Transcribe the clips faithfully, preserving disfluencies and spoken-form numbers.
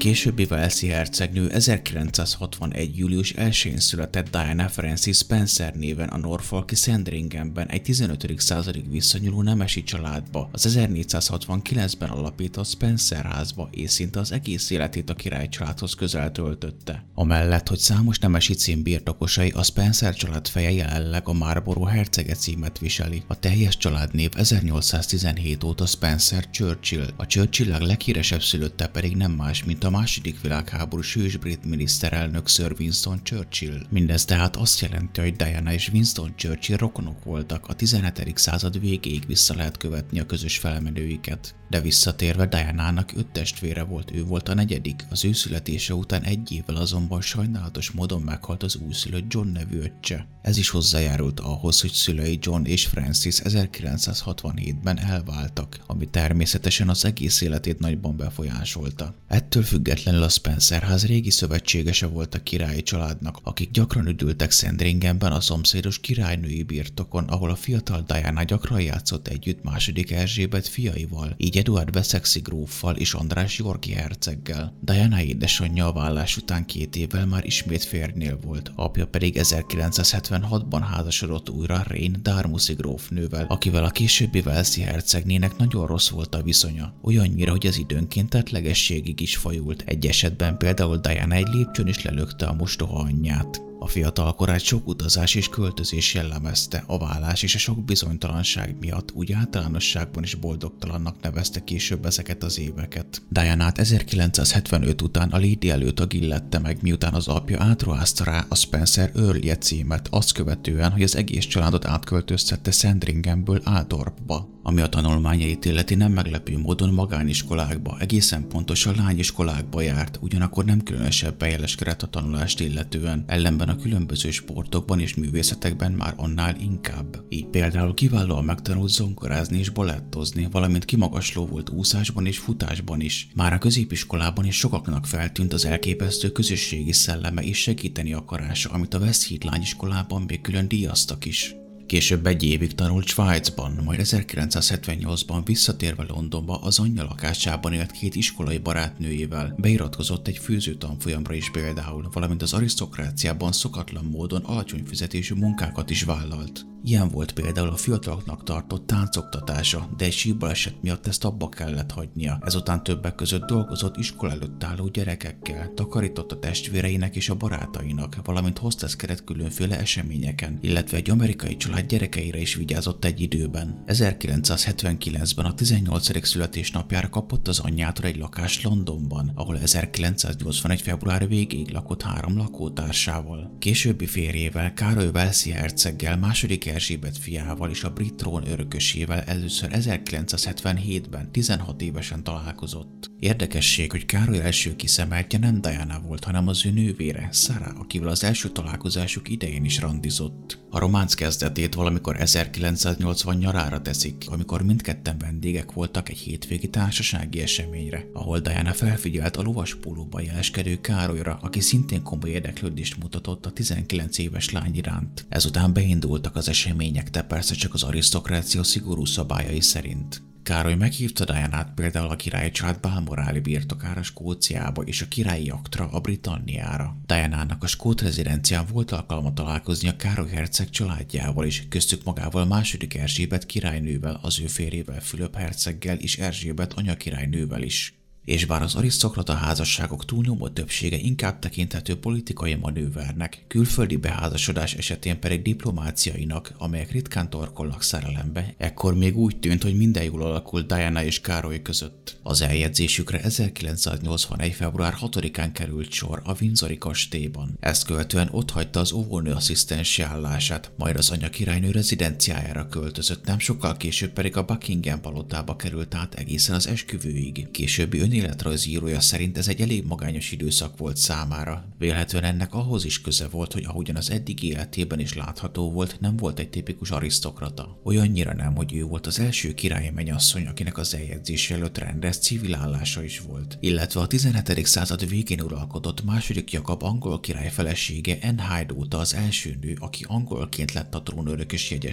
későbbi walesi hercegnő ezerkilencszázhatvanegy. július elsején született Diana Frances Spencer néven a Norfolki Sandringham-ben egy tizenötödik századig visszanyúló nemesi családba, az ezernégyszázhatvankilencben alapított Spencer házba, és szinte az egész életét a királycsaládhoz közel töltötte. Amellett, hogy számos nemesi cím birtokosai, a Spencer család feje jelenleg a Marlborough hercege címet viseli. A teljes családnév ezernyolcszáztizenhét óta Spencer Churchill, a Churchillek leghíresebb szülötte pedig nem más, mint a második világháborús hős brit miniszterelnök Sir Winston Churchill. Mindez tehát azt jelenti, hogy Diana és Winston Churchill rokonok voltak, a tizenhetedik század végéig vissza lehet követni a közös felmenőiket. De visszatérve, Dianának öt testvére volt, ő volt a negyedik, az ő születése után egy évvel azonban sajnálatos módon meghalt az újszülött John nevű öccse. Ez is hozzájárult ahhoz, hogy szülei John és Francis ezerkilencszázhatvanhétben elváltak, ami természetesen az egész életét nagyban befolyásolta. Ettől függetlenül a Spencer ház régi szövetségese volt a királyi családnak, akik gyakran üdültek Sandringhamben a szomszédos királynői birtokon, ahol a fiatal Diana gyakran játszott együtt második Erzsébet fiaival, így Eduard Wessexi gróffal és András Yorki herceggel. Diana édesanyja a vállás után két évvel már ismét férjnél volt, apja pedig ezerkilencszázhetvenhatban házasodott újra Rain Darmuszi grófnővel, akivel a későbbi walesi hercegnének nagyon rossz volt a viszonya, olyannyira, hogy az időnként tettlegességig is fajult. Egy esetben például Diana egy lépcsőn is lelökte a mostoha anyját. A fiatal korát sok utazás és költözés jellemezte, a vállás és a sok bizonytalanság miatt úgy általánosságban is boldogtalannak nevezte később ezeket az éveket. Dianát ezerkilencszázhetvenöt után a Lady előtag illette meg, miután az apja átruházta rá a Spencer Earl címet, azt követően, hogy az egész családot átköltöztette Sandringhamből Althorpba, ami a tanulmányait illeti nem meglepő módon magániskolákba, egészen pontosan lányiskolákba járt, ugyanakkor nem különösebb bejeleskedett a tanulást illetően, ellenben a különböző sportokban és művészetekben már annál inkább. Így például kiválóan megtanult zongorázni és balettozni, valamint kimagasló volt úszásban és futásban is. Már a középiskolában is sokaknak feltűnt az elképesztő közösségi szelleme és segíteni akarása, amit a West Heath lányiskolában még külön díjaztak is. Később egy évig tanult Svájcban, majd ezerkilencszázhetvennyolcban visszatérve Londonba az anyja lakásában élt két iskolai barátnőjével, beiratkozott egy főzőtanfolyamra is például, valamint az arisztokráciában szokatlan módon alacsony fizetésű munkákat is vállalt. Ilyen volt például a fiataloknak tartott táncoktatása, de egy sírbaleset miatt ezt abba kellett hagynia. Ezután többek között dolgozott iskola előtt álló gyerekekkel, takarított a testvéreinek és a barátainak, valamint hozteszkedett különféle eseményeken, illetve egy amerikai család gyerekeire is vigyázott egy időben. ezerkilencszázhetvenkilencben a tizennyolcadik születésnapjára kapott az anyjától egy lakást Londonban, ahol ezerkilencszáznyolcvanegy február végéig lakott három lakótársával. Későbbi férjével, Károly walesi herceggel, második Erzsébet fiával és a brit trón örökösével először ezerkilencszázhetvenhétben tizenhat évesen találkozott. Érdekesség, hogy Károly első kiszemeltje nem Diana volt, hanem az ő nővére, Sarah, akivel az első találkozásuk idején is randizott. A románc kezdetét valamikor ezerkilencszáznyolcvan nyarára teszik, amikor mindketten vendégek voltak egy hétvégi társasági eseményre, ahol Diana felfigyelt a lovaspólóban jeleskedő Károlyra, aki szintén komoly érdeklődést mutatott a tizenkilenc éves lány iránt. Ezután beindultak az események, de persze csak az arisztokrácia szigorú szabályai szerint. Károly meghívta Dianát például a királyi család Balmoráli birtokára Skóciába és a királyi jaktra a Britanniára. Dianának a skót rezidencián volt alkalma találkozni a Károly herceg családjával is, köztük magával második Erzsébet királynővel, az ő férjével Fülöp herceggel és Erzsébet anyakirálynővel is. És bár az arisztokrata házasságok túlnyomó többsége inkább tekinthető politikai manővernek, külföldi beházasodás esetén pedig diplomáciainak, amelyek ritkán torkolnak szerelembe, ekkor még úgy tűnt, hogy minden jól alakult Diana és Károly között. Az eljegyzésükre ezerkilencszáznyolcvanegy február hatodikán került sor a Windsori kastélyban. Ezt követően otthagyta az óvónő asszisztensi állását, majd az anyakirálynő rezidenciájára költözött, nem sokkal később pedig a Buckingham palotába került át egészen az esküvőig. Későbbi önéletrajzírója szerint ez egy elég magányos időszak volt számára. Vélhetően ennek ahhoz is köze volt, hogy ahogyan az eddig életében is látható volt, nem volt egy tipikus arisztokrata. Olyannyira nem, hogy ő volt az első királyi mennyasszony, akinek az eljegyzés előtt rendes civil állása is volt, illetve a tizenhetedik század végén uralkodott második Jakab angol király felesége Anne Hyde óta az első nő, aki angolként lett a trónörökös jegyese.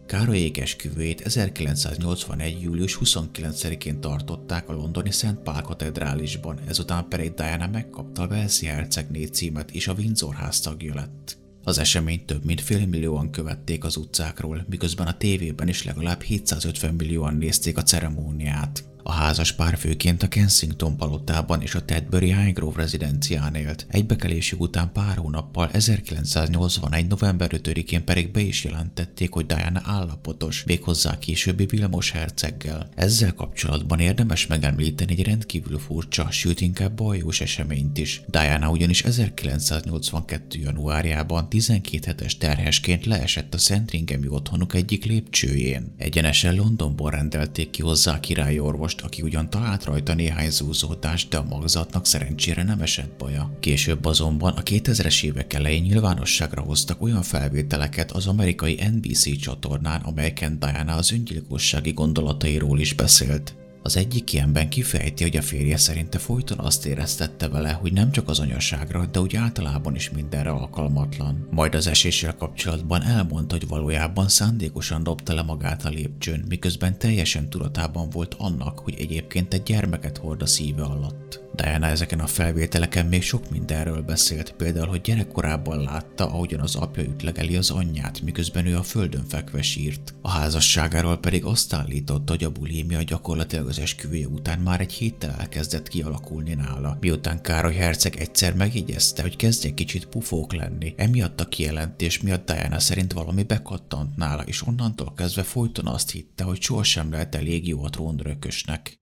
Károlyék esküvőjét ezerkilencszáznyolcvanegy. július huszonkilencedikén tartották a londoni Szent Pál katedrálisban, ezután pedig Diana megkapta a Walesi hercegné címet és a Windsor ház tagja lett. Az eseményt több mint félmillióan követték az utcákról, miközben a tévében is legalább hétszázötven millióan nézték a ceremóniát. A házas pár főként a Kensington palotában és a Tetbury Highgrove rezidencián élt, egybekelésük után pár hónappal ezerkilencszáznyolcvanegy. november ötödikén pedig be is jelentették, hogy Diana állapotos, méghozzá későbbi Vilmos herceggel. Ezzel kapcsolatban érdemes megemlíteni egy rendkívül furcsa, sőt inkább bajós eseményt is. Diana ugyanis ezerkilencszáznyolcvankettő. januárjában tizenkét hetes terhesként leesett a Sandringhami otthonuk egyik lépcsőjén. Egyenesen Londonból rendelték ki hozzá a királyi orvost, aki ugyan talált rajta néhány zúzódást, de a magzatnak szerencsére nem esett baja. Később azonban a kétezres évek elején nyilvánosságra hoztak olyan felvételeket az amerikai en bé cé csatornán, amelyeken Diana az öngyilkossági gondolatairól is beszélt. Az egyik ilyenben kifejti, hogy a férje szerinte folyton azt éreztette vele, hogy nem csak az anyaságra, de úgy általában is mindenre alkalmatlan. Majd az eséssel kapcsolatban elmondta, hogy valójában szándékosan dobta le magát a lépcsőn, miközben teljesen tudatában volt annak, hogy egyébként egy gyermeket hord a szíve alatt. Diana ezeken a felvételeken még sok mindenről beszélt, például, hogy gyerekkorában látta, ahogyan az apja ütlegeli az anyját, miközben ő a földön fekve sírt. A házasságáról pedig azt állította, hogy a bulimia gyakorlatilag az esküvője után már egy héttel elkezdett kialakulni nála, miután Károly herceg egyszer megjegyezte, hogy kezd egy kicsit pufók lenni. Emiatt a kijelentés miatt Diana szerint valami bekattant nála, és onnantól kezdve folyton azt hitte, hogy sohasem lehet elég jó a trónörökösnek.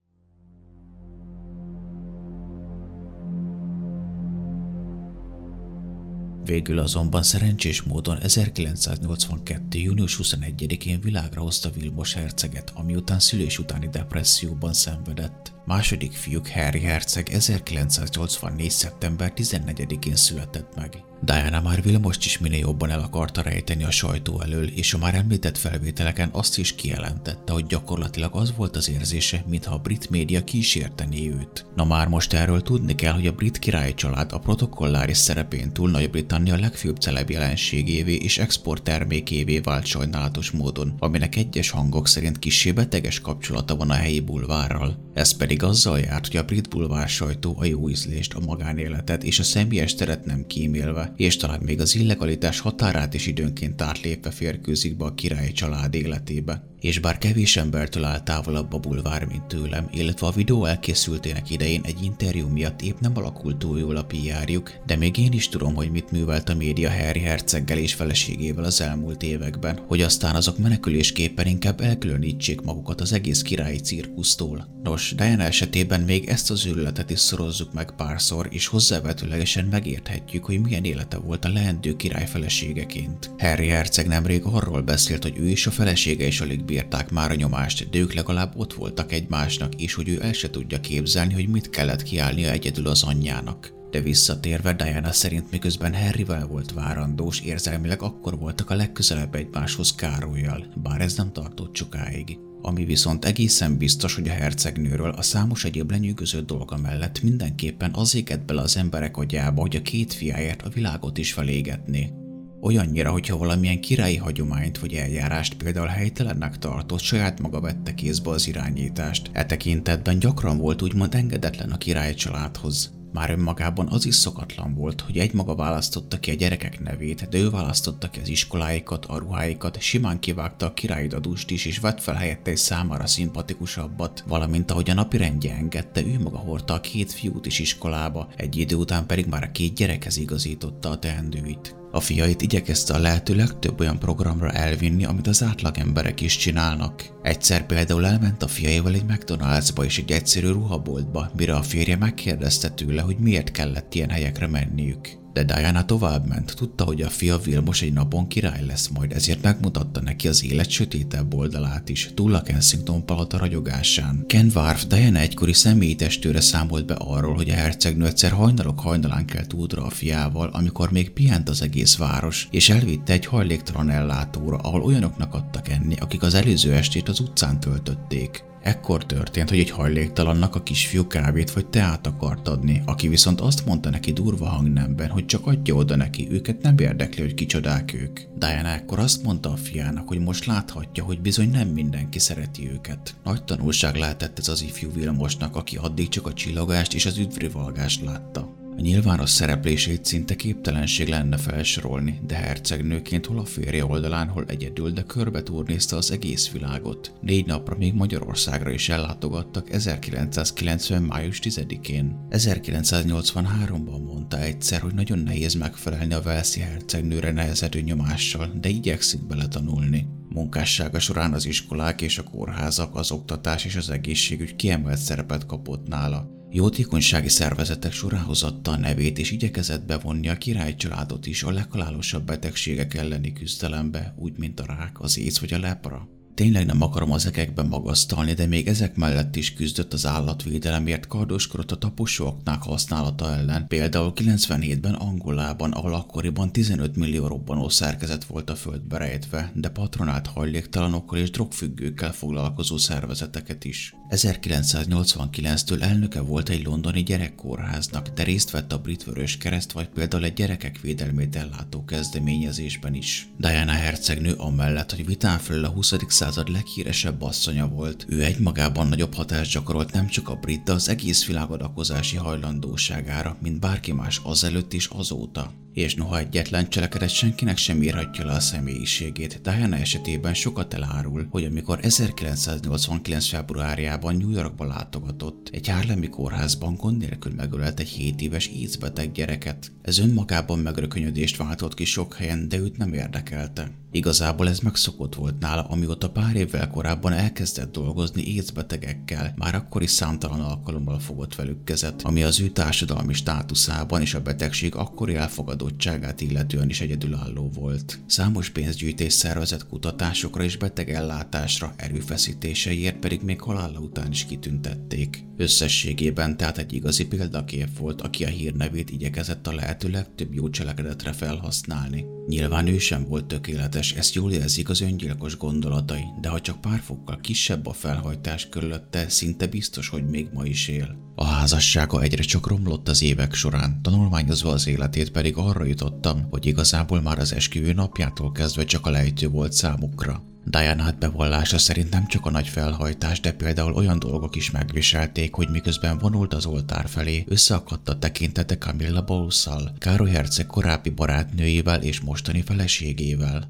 Végül azonban szerencsés módon ezerkilencszáznyolcvankettő. június huszonegyedikén világra hozta Vilmos herceget, ami után szülés utáni depresszióban szenvedett. Második fiúk Harry herceg ezerkilencszáznyolcvannégy. szeptember tizennegyedikén született meg. Diana már Vilmost is minél jobban el akarta rejteni a sajtó elől, és a már említett felvételeken azt is kijelentette, hogy gyakorlatilag az volt az érzése, mintha a brit média kísértené őt. Na már most erről tudni kell, hogy a brit királyi család a protokolláris szerepén túl Nagy-Britannia legfőbb celeb jelenségévé és export termékévé vált sajnálatos módon, aminek egyes hangok szerint kissé beteges kapcsolata van a helyi bulvárral. Ez pedig azzal járt, hogy a brit bulvár sajtó a jó ízlést, a magánéletet és a személyes teret nem kímélve, és talán még az illegalitás határát is időnként átlépve férkőzik be a királyi család életébe. És bár kevés embertől áll távolabb a bulvár, mint tőlem, illetve a videó elkészültének idején egy interjú miatt épp nem alakult túl jól a pé erjük, de még én is tudom, hogy mit művelt a média Harry herceggel és feleségével az elmúlt években, hogy aztán azok menekülésképpen inkább elkülönítsék magukat az egész királyi cirkusztól. Nos, Diana esetében még ezt az őrületet is szorozzuk meg párszor, és hozzávetőlegesen megérthetjük, hogy milyen élete volt a leendő király feleségeként. Harry herceg nemrég arról beszélt, hogy ő és a felesége is alig bírták már a nyomást, de ők legalább ott voltak egymásnak, és hogy ő el se tudja képzelni, hogy mit kellett kiállnia egyedül az anyjának. De visszatérve, Diana szerint miközben Harryvel volt várandós, érzelmileg akkor voltak a legközelebb egymáshoz Károllyal, bár ez nem tartott sokáig. Ami viszont egészen biztos, hogy a hercegnőről a számos egyéb lenyűgöző dolga mellett mindenképpen az égett bele az emberek agyába, hogy a két fiáért a világot is felégetné. Olyannyira, hogyha valamilyen királyi hagyományt vagy eljárást például helytelennek tartott, saját maga vette kézbe az irányítást. E tekintetben gyakran volt úgymond engedetlen a király családhoz. Már önmagában az is szokatlan volt, hogy egymaga választotta ki a gyerekek nevét, de ő választotta ki az iskoláikat, a ruháikat, simán kivágta a királyi dadust is, és vett fel helyette egy számára szimpatikusabbat, valamint ahogy a napirendje engedte, ő maga hordta a két fiút is iskolába, egy idő után pedig már a két gyerekhez igazította a teendőit. A fiait igyekezte a lehető legtöbb olyan programra elvinni, amit az átlagemberek is csinálnak. Egyszer például elment a fiaival egy McDonald'sba és egy egyszerű ruhaboltba, mire a férje megkérdezte tőle, hogy miért kellett ilyen helyekre menniük. De Diana továbbment, tudta, hogy a fia Vilmos egy napon király lesz majd, ezért megmutatta neki az élet sötétebb oldalát is, túl a Kensington palota ragyogásán. Ken Wharf, Diana egykori személyi testőre számolt be arról, hogy a hercegnő egyszer hajnalok hajnalán kelt útra a fiával, amikor még pihent az egész város, és elvitte egy hajléktalan ellátóra, ahol olyanoknak adtak enni, akik az előző estét az utcán töltötték. Ekkor történt, hogy egy hajléktalannak a kisfiú kávét vagy teát akart adni, aki viszont azt mondta neki durva hangnemben, hogy hogy csak adja oda neki, őket nem érdekli, hogy kicsodák ők. Diana ekkor azt mondta a fiának, hogy most láthatja, hogy bizony nem mindenki szereti őket. Nagy tanulság lehetett ez az ifjú Vilmosnak, aki addig csak a csillogást és az üdvrivalgást látta. A nyilvános szereplését szinte képtelenség lenne felsorolni, de hercegnőként hol a férje oldalán, hol egyedül, de körbe turnézte az egész világot. Négy napra még Magyarországra is ellátogattak ezerkilencszázkilencven. május tizedikén. ezerkilencszáznyolcvanháromban mondta egyszer, hogy nagyon nehéz megfelelni a walesi hercegnőre nehezedő nyomással, de igyekszik beletanulni. Munkássága során az iskolák és a kórházak, az oktatás és az egészségügy kiemelt szerepet kapott nála. Jótékonysági szervezetek sorához adta a nevét, és igyekezett bevonni a királycsaládot is a leghalálosabb betegségek elleni küzdelembe, úgy mint a rák, az ész vagy a lepra. Tényleg nem akarom az ekekben magasztalni, de még ezek mellett is küzdött az állatvédelemért, kardoskodott a taposóaknák használata ellen, például kilencvenhétben Angolában, ahol akkoriban tizenöt millió robbanó szerkezet volt a földbe rejtve, de patronált hajléktalanokkal és drogfüggőkkel foglalkozó szervezeteket is. ezerkilencszáznyolcvankilenctől elnöke volt egy londoni gyerekkórháznak, de részt vett a Brit Vöröskereszt vagy például egy gyerekek védelmét ellátó kezdeményezésben is. Diana hercegnő amellett, hogy vitán felül a huszadik század leghíresebb asszonya volt, ő egymagában nagyobb hatást gyakorolt nem csak a brit, de az egész világ adakozási hajlandóságára, mint bárki más azelőtt és azóta. És noha egyetlen cselekedet senkinek sem írhatja le a személyiségét, Diana esetében sokat elárul, hogy amikor ezerkilencszáznyolcvankilenc. februárjában New Yorkba látogatott, egy Harlemi kórházban gond nélkül megölt egy hét éves AIDS-beteg gyereket. Ez önmagában megrökönyödést váltott ki sok helyen, de őt nem érdekelte. Igazából ez megszokott volt nála, amióta pár évvel korábban elkezdett dolgozni AIDS-betegekkel, már akkor is számtalan alkalommal fogott velük kezet, ami az ő társadalmi státuszában és a betegség akkori elfogadottságát illetően is egyedülálló volt. Számos pénzgyűjtés szervezett kutatásokra és betegellátásra, erőfeszítéseiért pedig még halála után is kitüntették. Összességében tehát egy igazi példakép volt, aki a hírnevét igyekezett a lehető legtöbb jó cselekedetre felhasználni. Nyilván ő sem volt tökéletes, ezt jól érzik az öngyilkos gondolatai, de ha csak pár fokkal kisebb a felhajtás körülötte, szinte biztos, hogy még ma is él. A házassága egyre csak romlott az évek során, tanulmányozva az életét pedig arra jutottam, hogy igazából már az esküvő napjától kezdve csak a lejtő volt számukra. Diana bevallása szerint nem csak a nagy felhajtás, de például olyan dolgok is megviselték, hogy miközben vonult az oltár felé, összeakadt a tekintete Camilla Bowles-szal, Károly herceg korábbi barátnőjével és mostani feleségével.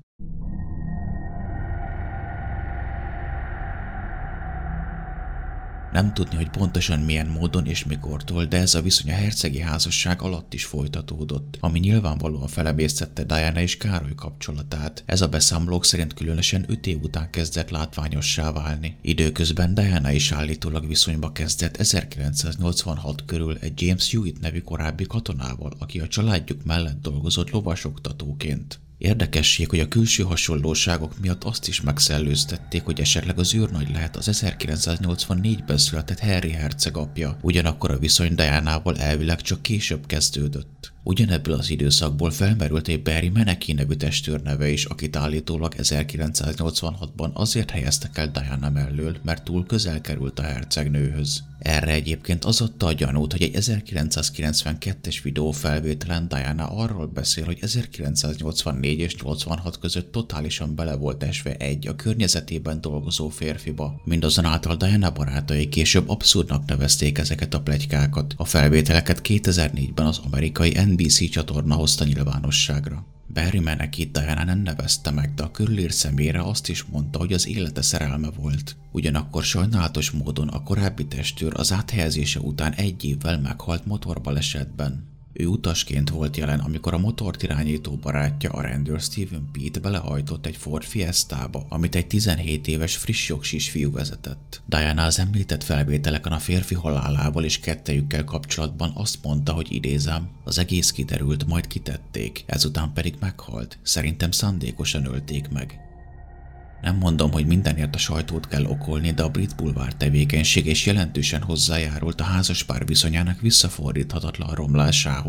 Nem tudni, hogy pontosan milyen módon és mikortól, de ez a viszony a hercegi házasság alatt is folytatódott, ami nyilvánvalóan felebésztette Diana és Károly kapcsolatát. Ez a beszámolók szerint különösen öt év után kezdett látványossá válni. Időközben Diana is állítólag viszonyba kezdett ezerkilencszáznyolcvanhat körül egy James Hewitt nevű korábbi katonával, aki a családjuk mellett dolgozott lovasoktatóként. Érdekesség, hogy a külső hasonlóságok miatt azt is megszellőztették, hogy esetleg az őrnagy lehet az ezerkilencszáznyolcvannégyben született Henry herceg apja, ugyanakkor a viszony Dianával elvileg csak később kezdődött. Ugyanebből az időszakból felmerült egy Barry Meneki nevű testőrneve is, akit állítólag ezerkilencszáznyolcvanhatban azért helyeztek el Diana mellől, mert túl közel került a hercegnőhöz. Erre egyébként az adta a gyanút, hogy egy ezerkilencszázkilencvenkettes videófelvételen Diana arról beszél, hogy ezerkilencszáznyolcvannégy és nyolcvanhat között totálisan bele volt esve egy a környezetében dolgozó férfiba. Mindazonáltal Diana barátai később abszurdnak nevezték ezeket a pletykákat. A felvételeket kétezer-négyben az amerikai en bé cé csatorna hozta nyilvánosságra. Barry Menekit Diana nem nevezte meg, de a körülírt személyre azt is mondta, hogy az élete szerelme volt. Ugyanakkor sajnálatos módon a korábbi testőr az áthelyezése után egy évvel meghalt motorbalesetben. Ő utasként volt jelen, amikor a motort irányító barátja, a rendőr Stephen Peet belehajtott egy Ford Fiestába, amit egy tizenhét éves friss jogsis fiú vezetett. Diana az említett felvételeken a férfi halálával és kettejükkel kapcsolatban azt mondta, hogy idézem, az egész kiderült, majd kitették, ezután pedig meghalt. Szerintem szándékosan ölték meg. Nem mondom, hogy mindenért a sajtót kell okolni, de a brit bulvár tevékenység és jelentősen hozzájárult a házaspár viszonyának visszafordíthatatlan romlásához.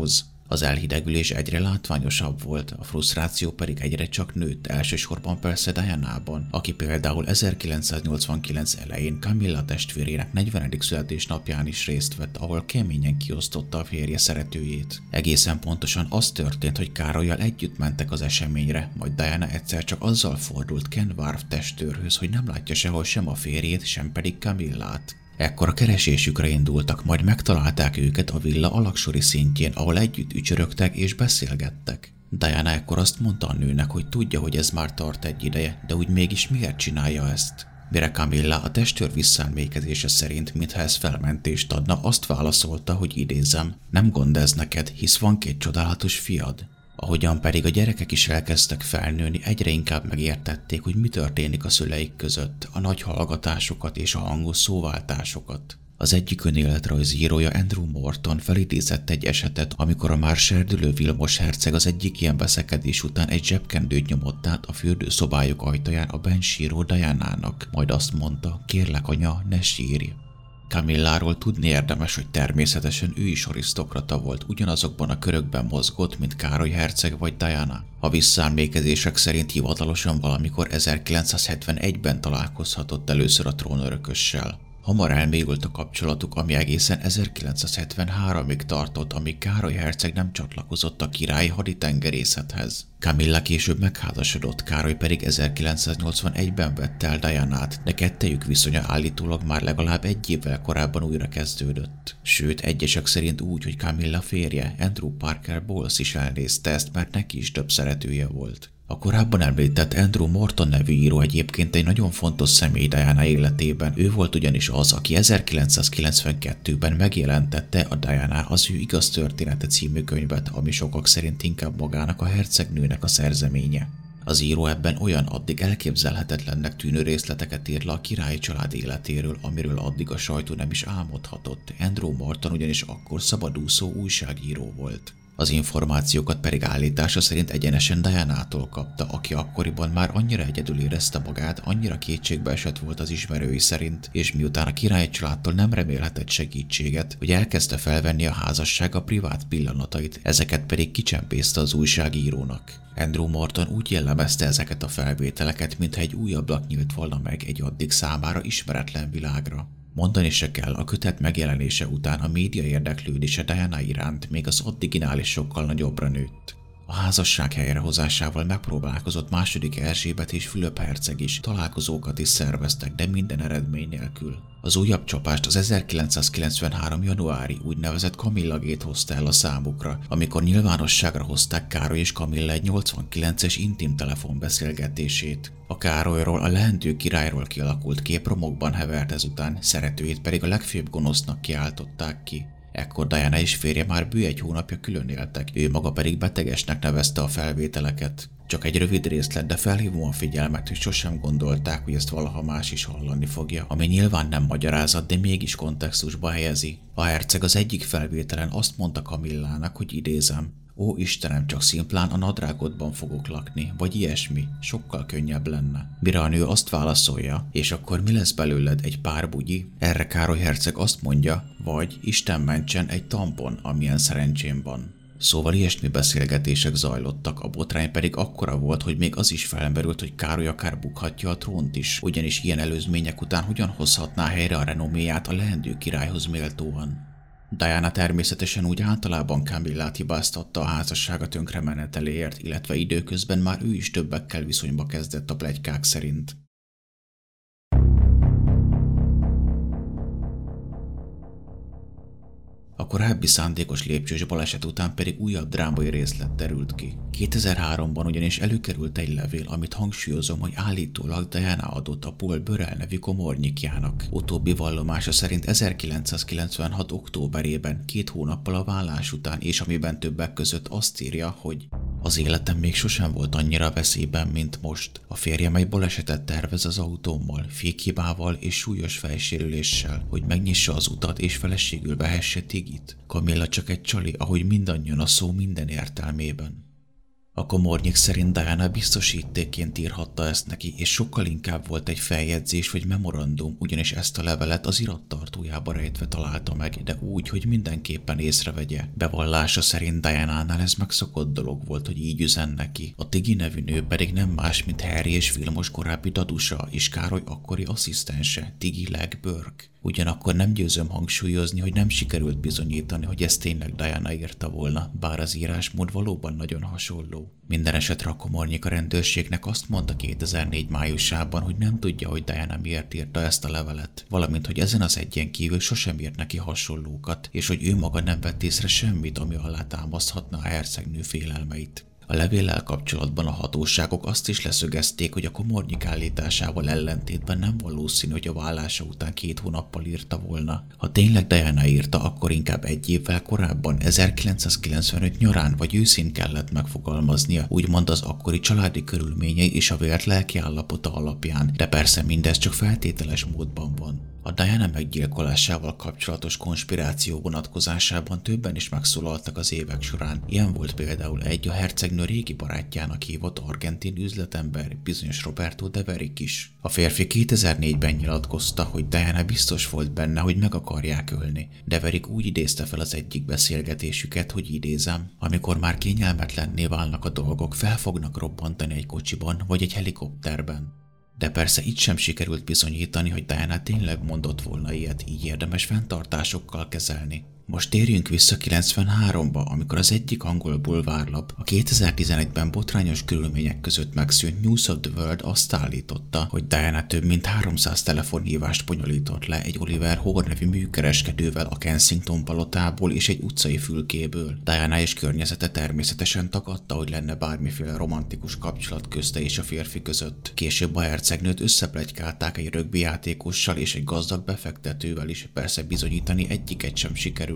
Az elhidegülés egyre látványosabb volt, a frusztráció pedig egyre csak nőtt, elsősorban persze Dianában, aki például ezerkilencszáznyolcvankilenc elején Camilla testvérének negyvenedik születésnapján is részt vett, ahol keményen kiosztotta a férje szeretőjét. Egészen pontosan az történt, hogy Károlyal együtt mentek az eseményre, majd Diana egyszer csak azzal fordult Ken Warf testőrhöz, hogy nem látja sehol sem a férjét, sem pedig Camillát. Ekkor a keresésükre indultak, majd megtalálták őket a villa alaksori szintjén, ahol együtt ücsörögtek és beszélgettek. Diana ekkor azt mondta a nőnek, hogy tudja, hogy ez már tart egy ideje, de úgy mégis miért csinálja ezt. Mire Camilla a testőr visszaemlékezése szerint, mintha ez felmentést adna, azt válaszolta, hogy idézem, nem gond ez neked, hisz van két csodálatos fiad. Ahogyan pedig a gyerekek is elkezdtek felnőni, egyre inkább megértették, hogy mi történik a szüleik között, a nagy hallgatásokat és a hangos szóváltásokat. Az egyik önéletrajzírója Andrew Morton felidézett egy esetet, amikor a már serdülő Vilmos herceg az egyik ilyen veszekedés után egy zsebkendőt nyomott át a fürdőszobájuk ajtaján a benn síró Dianának, majd azt mondta, kérlek anya, ne sírj. Camilláról tudni érdemes, hogy természetesen ő is arisztokrata volt, ugyanazokban a körökben mozgott, mint Károly herceg vagy Diana. A visszaemlékezések szerint hivatalosan valamikor ezerkilencszázhetvenegyben találkozhatott először a trónörökössel. Hamar elmélyült a kapcsolatuk, ami egészen ezerkilencszázhetvenháromig tartott, amíg Károly herceg nem csatlakozott a királyi haditengerészethez. Camilla később megházasodott, Károly pedig ezerkilencszáznyolcvanegyben vette el Dianát, de kettejük viszonya állítólag már legalább egy évvel korábban újra kezdődött. Sőt, egyesek szerint úgy, hogy Camilla férje, Andrew Parker Bowles is elnézte ezt, mert neki is több szeretője volt. A korábban említett Andrew Morton nevű író egyébként egy nagyon fontos személy Diana életében, ő volt ugyanis az, aki ezerkilencszázkilencvenkettőben megjelentette a Diana az ő igaz története című könyvet, ami sokak szerint inkább magának a hercegnőnek a szerzeménye. Az író ebben olyan addig elképzelhetetlennek tűnő részleteket ír le a királyi család életéről, amiről addig a sajtó nem is álmodhatott. Andrew Morton ugyanis akkor szabadúszó újságíró volt. Az információkat pedig állítása szerint egyenesen Dianától kapta, aki akkoriban már annyira egyedül érezte magát, annyira kétségbe esett volt az ismerői szerint, és miután a királyi családtól nem remélhetett segítséget, hogy elkezdte felvenni a házassága privát pillanatait, ezeket pedig kicsempészte az újságírónak. Andrew Morton úgy jellemezte ezeket a felvételeket, mintha egy új ablak nyílt volna meg egy addig számára ismeretlen világra. Mondani se kell, a kötet megjelenése után a média érdeklődése Diana iránt még az addiginál is sokkal nagyobbra nőtt. A házasság helyrehozásával megpróbálkozott második Erzsébet és Fülöp herceg is, találkozókat is szerveztek, de minden eredmény nélkül. Az újabb csapást az ezerkilencszázkilencvenhárom januári úgynevezett Camilla Gate hozta el a számukra, amikor nyilvánosságra hozták Károly és Camilla egy nyolcvankilences intim telefonbeszélgetését. A Károlyról, a leendő királyról kialakult kép romokban hevert ezután, szeretőjét pedig a legfőbb gonosznak kiáltották ki. Ekkor Diana és férje már bő egy hónapja külön éltek, ő maga pedig betegesnek nevezte a felvételeket. Csak egy rövid részlet, de felhívom a figyelmet, hogy sosem gondolták, hogy ezt valaha más is hallani fogja, ami nyilván nem magyarázat, de mégis kontextusba helyezi. A herceg az egyik felvételen azt mondta Camillának, hogy idézem, ó Istenem, csak szimplán a nadrágodban fogok lakni, vagy ilyesmi, sokkal könnyebb lenne. Mire a nő azt válaszolja, és akkor mi lesz belőled, egy pár bugyi? Erre Károly herceg azt mondja, vagy Isten mentsen, egy tampon, amilyen szerencsém van. Szóval ilyesmi beszélgetések zajlottak, a botrány pedig akkora volt, hogy még az is felmerült, hogy Károly akár bukhatja a trónt is, ugyanis ilyen előzmények után hogyan hozhatná helyre a renoméját a leendő királyhoz méltóan. Diana természetesen úgy általában Camillát hibáztatta a házassága tönkremeneteléért, illetve időközben már ő is többekkel viszonyba kezdett a pletykák szerint. A korábbi szándékos lépcsős baleset után pedig újabb drámai részlet derült ki. kétezer-háromban ugyanis előkerült egy levél, amit hangsúlyozom, hogy állítólag Diana adott a Paul Burrell nevű komornyikjának. Utóbbi vallomása szerint ezerkilencszázkilencvenhat októberében, két hónappal a vállás után, és amiben többek között azt írja, hogy az életem még sosem volt annyira veszélyben, mint most. A férjem egy balesetet tervez az autómmal, fékhibával és súlyos fejsérüléssel, hogy megnyissa az utat és feleségül vehesse Tigit. Camilla csak egy csali, ahogy mindannyian a szó minden értelmében. A komornyik szerint Diana biztosítékként írhatta ezt neki, és sokkal inkább volt egy feljegyzés vagy memorandum, ugyanis ezt a levelet az irattartójába rejtve találta meg, de úgy, hogy mindenképpen észrevegye. Bevallása szerint Dianánál ez megszokott dolog volt, hogy így üzen neki. A Tiggy nevű nő pedig nem más, mint Harry és Vilmos korábbi dadusa és Károly akkori asszisztense, Tiggy Leg Burke. Ugyanakkor nem győzöm hangsúlyozni, hogy nem sikerült bizonyítani, hogy ezt tényleg Diana írta volna, bár az írásmód valóban nagyon hasonló. Minden esetre a komornyik a rendőrségnek azt mondta kétezer-négy májusában, hogy nem tudja, hogy Diana miért írta ezt a levelet, valamint hogy ezen az egyen kívül sosem írt neki hasonlókat, és hogy ő maga nem vett észre semmit, ami alá támaszthatna a hercegnő félelmeit. A levéllel kapcsolatban a hatóságok azt is leszögezték, hogy a komornyik állításával ellentétben nem valószínű, hogy a vállása után két hónappal írta volna. Ha tényleg Diana írta, akkor inkább egy évvel korábban, ezerkilencszázkilencvenöt nyarán vagy őszén kellett megfogalmaznia, úgymond az akkori családi körülményei és a vélt lelki állapota alapján, de persze mindez csak feltételes módban van. A Diana meggyilkolásával kapcsolatos konspiráció vonatkozásában többen is megszólaltak az évek során. Ilyen volt például egy a hercegnő régi barátjának hívott argentin üzletember, bizonyos Roberto de Verick is. A férfi kétezer-négyben nyilatkozta, hogy Diana biztos volt benne, hogy meg akarják ölni. De Verick úgy idézte fel az egyik beszélgetésüket, hogy idézem, amikor már kényelmetlenné válnak a dolgok, fel fognak robbantani egy kocsiban vagy egy helikopterben. De persze itt sem sikerült bizonyítani, hogy Diana tényleg mondott volna ilyet, így érdemes fenntartásokkal kezelni. Most térjünk vissza kilencvenháromba, amikor az egyik angol bulvárlap a kétezer-tizenegyben botrányos körülmények között megszűnt News of the World azt állította, hogy Diana több mint háromszáz telefonhívást bonyolított le egy Oliver Hoare nevű műkereskedővel a Kensington palotából és egy utcai fülkéből. Diana és környezete természetesen tagadta, hogy lenne bármiféle romantikus kapcsolat közte és a férfi között. Később a hercegnőt összepletykálták egy rögbijátékossal és egy gazdag befektetővel is, persze bizonyítani egyiket sem sikerült.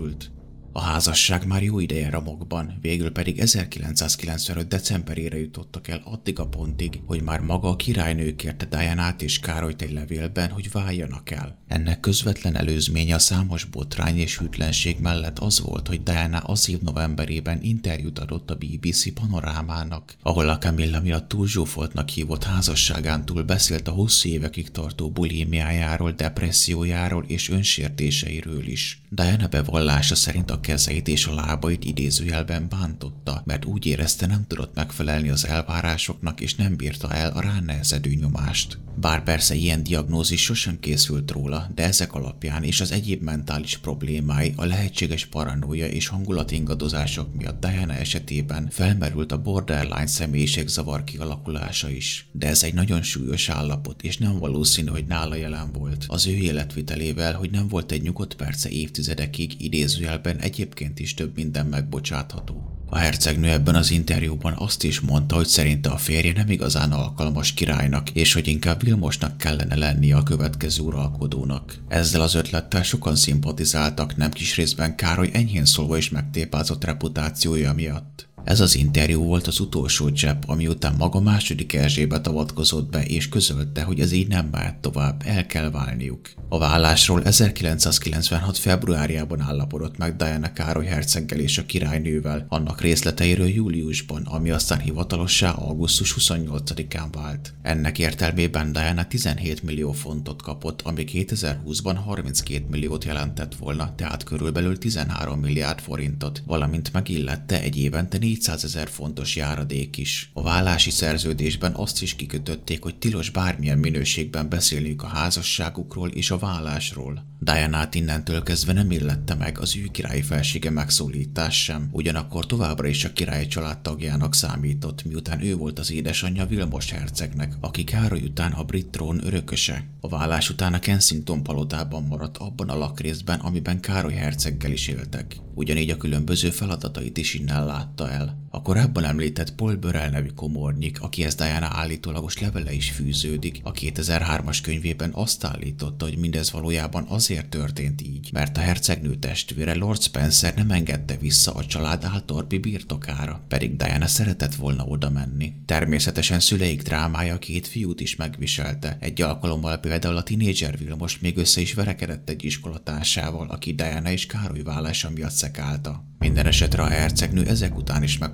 A házasság már jó ideje romokban, végül pedig ezerkilencszázkilencvenöt decemberére jutottak el addig a pontig, hogy már maga a királynő kérte Dianát és Károlyt egy levélben, hogy váljanak el. Ennek közvetlen előzménye a számos botrány és hűtlenség mellett az volt, hogy Diana az év novemberében interjút adott a bé bé cé panorámának, ahol a Camilla miatt túlzsúfoltnak hívott házasságán túl beszélt a hosszú évekig tartó bulimiájáról, depressziójáról és önsértéseiről is. Diana bevallása szerint a kezeit és a lábait idézőjelben bántotta, mert úgy érezte, nem tudott megfelelni az elvárásoknak és nem bírta el a ránehezedő nyomást. Bár persze ilyen diagnózis sosem készült róla, de ezek alapján és az egyéb mentális problémái, a lehetséges paranoia és hangulatingadozások miatt Diana esetében felmerült a borderline személyiségzavar kialakulása is. De ez egy nagyon súlyos állapot, és nem valószínű, hogy nála jelen volt. Az ő életvitelével, hogy nem volt egy nyugodt perce évtizedekig, idézőjelben egyébként is több minden megbocsátható. A hercegnő ebben az interjúban azt is mondta, hogy szerinte a férje nem igazán alkalmas királynak, és hogy inkább Vilmosnak kellene lennie a következő uralkodónak. Ezzel az ötlettel sokan szimpatizáltak, nem kis részben Károly enyhén szólva is megtépázott reputációja miatt. Ez az interjú volt az utolsó csepp, ami után maga második Erzsébet avatkozott be és közölte, hogy ez így nem mehet tovább, el kell válniuk. A vállásról ezerkilencszázkilencvenhat februárjában állapodott meg Diana Károly herceggel és a királynővel, annak részleteiről júliusban, ami aztán hivatalossá augusztus huszonnyolcadikán vált. Ennek értelmében Diana tizenhét millió fontot kapott, ami kétezer-húszban harminckét milliót jelentett volna, tehát körülbelül tizenhárom milliárd forintot, valamint megillette egy évente négyszázezer fontos járadék is. A vállási szerződésben azt is kikötötték, hogy tilos bármilyen minőségben beszélniük a házasságukról és a vállásról. Dianát innentől kezdve nem illette meg az ő királyi felsége megszólítás sem, ugyanakkor továbbra is a királyi családtagjának számított, miután ő volt az édesanyja Vilmos hercegnek, aki Károly után a brit trón örököse. A vállás után a Kensington palotában maradt abban a lakrészben, amiben Károly herceggel is éltek. Ugyanígy a különböző feladatait is innen látta el. A korábban említett Paul Burrell nevű komornyik, akihez Diana állítólagos levele is fűződik, a kétezer-hármas könyvében azt állította, hogy mindez valójában azért történt így, mert a hercegnő testvére Lord Spencer nem engedte vissza a család Althorpe birtokára, pedig Diana szeretett volna oda menni. Természetesen szüleik drámája két fiút is megviselte. Egy alkalommal például a tinédzser Vilmos még össze is verekedett egy iskolatársával, aki Diana és Károly vállása miatt szekálta. Minden esetre a hercegnő ezek után is megpróbált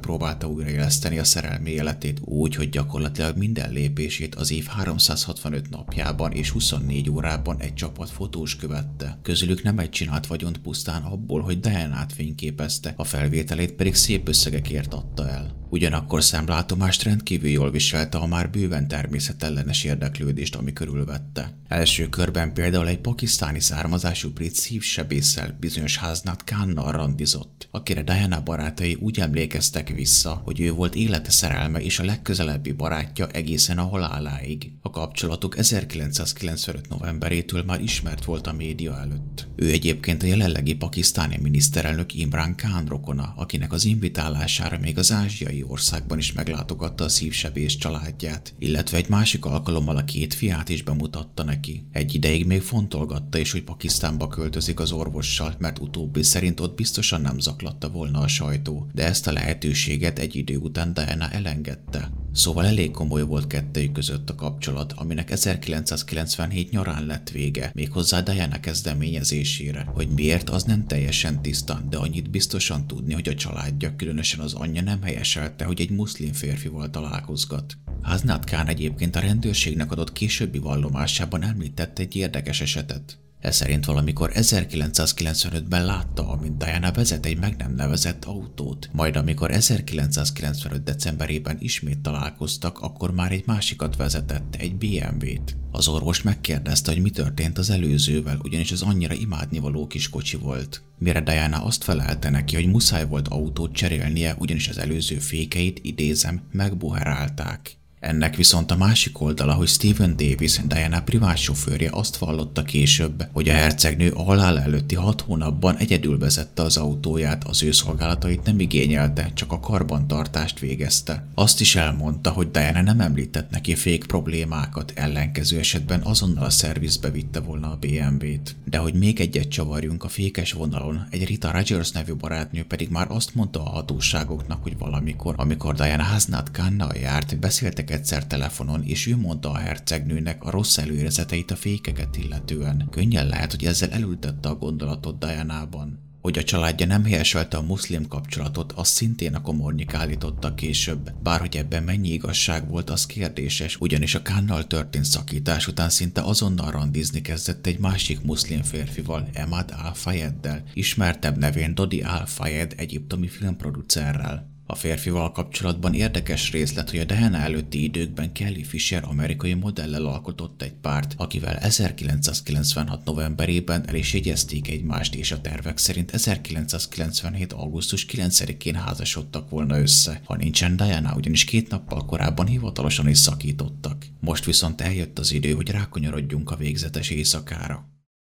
megpróbálta újraéleszteni a szerelmi életét úgy, hogy gyakorlatilag minden lépését az év háromszázhatvanöt napjában és huszonnégy órában egy csapat fotós követte. Közülük nem egy csinált vagyont pusztán abból, hogy Dianát fényképezte, a felvételét pedig szép összegekért adta el. Ugyanakkor szemlátomást rendkívül jól viselte a már bőven természetellenes érdeklődést, ami körülvette. Első körben például egy pakisztáni származású brit szívsebésszel, bizonyos Hasnat Khannal randizott, akire Diana barátai úgy emlékeztek vissza, hogy ő volt élete szerelme és a legközelebbi barátja egészen a haláláig. A kapcsolatuk ezerkilencszázkilencvenöt novemberétől már ismert volt a média előtt. Ő egyébként a jelenlegi pakisztáni miniszterelnök Imran Khan rokona, akinek az invitálására még az ázsiai országban is meglátogatta a szívsebész családját, illetve egy másik alkalommal a két fiát is bemutatta neki. Egy ideig még fontolgatta is, hogy Pakisztánba költözik az orvossal, mert utóbbi szerint ott biztosan nem zaklatta volna a sajtó, de ezt a lehetőséget egy idő után Diana elengedte. Szóval elég komoly volt kettejük között a kapcsolat, aminek ezerkilencszázkilencvenhét nyarán lett vége, méghozzá Diana kezdeményezésére. Hogy miért, az nem teljesen tiszta, de annyit biztosan tudni, hogy a családja, különösen az anyja nem helyeselte, hogy egy muszlim férfival találkozgat. Hasnat Khan egyébként a rendőrségnek adott későbbi vallomásában említett egy érdekes esetet. Ez szerint valamikor ezerkilencszázkilencvenötben látta, amint Diana vezet egy meg nem nevezett autót, majd amikor ezerkilencszázkilencvenöt decemberében ismét találkoztak, akkor már egy másikat vezetett, egy bé em vét. Az orvos megkérdezte, hogy mi történt az előzővel, ugyanis az annyira imádnivaló kis kocsi volt. Mire Diana azt felelte neki, hogy muszáj volt autót cserélnie, ugyanis az előző fékeit, idézem, megbuherálták. Ennek viszont a másik oldala, hogy Stephen Davis, Diana privát sofőrje azt vallotta később, hogy a hercegnő a halál előtti hat hónapban egyedül vezette az autóját, az ő szolgálatait nem igényelte, csak a karbantartást végezte. Azt is elmondta, hogy Diana nem említett neki fék problémákat, ellenkező esetben azonnal a szervizbe vitte volna a bé em vét. De hogy még egyet csavarjunk a fékes vonalon, egy Rita Rogers nevű barátnő pedig már azt mondta a hatóságoknak, hogy valamikor, amikor Diana Hasnat Khannal járt, beszéltek egyszer telefonon, és ő mondta a hercegnőnek a rossz előérzeteit a fékeket illetően. Könnyen lehet, hogy ezzel elültette a gondolatot Dianában. Hogy a családja nem helyeselte a muszlim kapcsolatot, azt szintén a komornyik állította később. Bárhogy ebben mennyi igazság volt, az kérdéses, ugyanis a Khannal történt szakítás után szinte azonnal randizni kezdett egy másik muszlim férfival, Emad Al-Fayeddel, ismertebb nevén Dodi Al-Fayed egyiptomi filmproducerrel. A férfival kapcsolatban érdekes részlet, hogy a Diana előtti időkben Kelly Fisher amerikai modellel alkotott egy párt, akivel ezerkilencszázkilencvenhat novemberében el is jegyezték egymást, és a tervek szerint ezerkilencszázkilencvenhét augusztus kilencedikén házasodtak volna össze, ha nincsen Diana, ugyanis két nappal korábban hivatalosan is szakítottak. Most viszont eljött az idő, hogy rákonyarodjunk a végzetes éjszakára.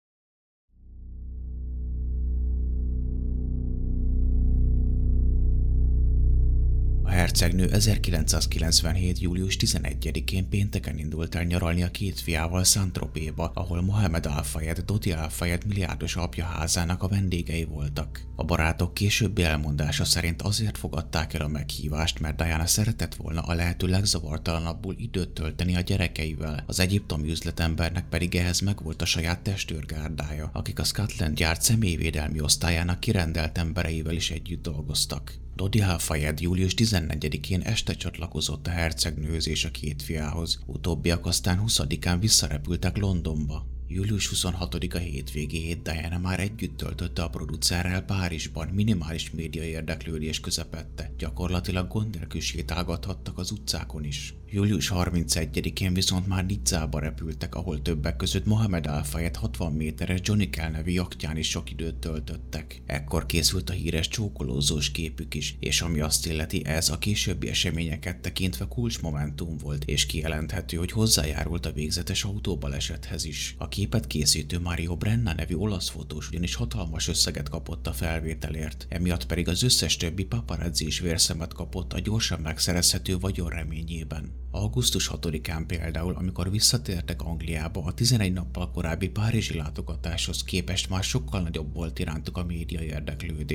A hercegnő ezerkilencszázkilencvenhét július tizenegyedikén pénteken indult el nyaralni a két fiával Saint-Tropezba, ahol Mohamed Al-Fayed, Dodi Al-Fayed milliárdos apja házának a vendégei voltak. A barátok későbbi elmondása szerint azért fogadták el a meghívást, mert Diana szeretett volna a lehető legzavartalanabbul időt tölteni a gyerekeivel, az egyiptomi üzletembernek pedig ehhez megvolt a saját testőrgárdája, akik a Scotland Yard személyvédelmi osztályának kirendelt embereivel is együtt dolgoztak. Dodi Al-Fayed július tizennegyedikén este csatlakozott a hercegnőhöz és a két fiához, utóbbiak aztán huszadikán visszarepültek Londonba. július huszonhatodika hétvégéjét Diana már együtt töltötte a producerrel Párizsban, minimális média érdeklődés közepette, gyakorlatilag gond nélkül sétálgathattak az utcákon is. július harmincegyedikén viszont már Nizzába repültek, ahol többek között Mohamed Al-Fayed hatvan méteres Johnny Kell nevű jachtján is sok időt töltöttek. Ekkor készült a híres csókolózós képük is, és ami azt illeti, ez a későbbi eseményeket tekintve kulcsmomentum volt, és kijelenthető, hogy hozzájárult a végzetes autóbalesethez is. A képet készítő Mario Brenna nevű olasz fotós ugyanis hatalmas összeget kapott a felvételért, emiatt pedig az összes többi paparazzi is vérszemet kapott a gyorsan megszerezhető vagyon reményében. augusztus hatodikán például, amikor visszatértek Angliába, a tizenegy nappal korábbi párizsi látogatáshoz képest már sokkal nagyobb volt irántuk a média érdeklődés.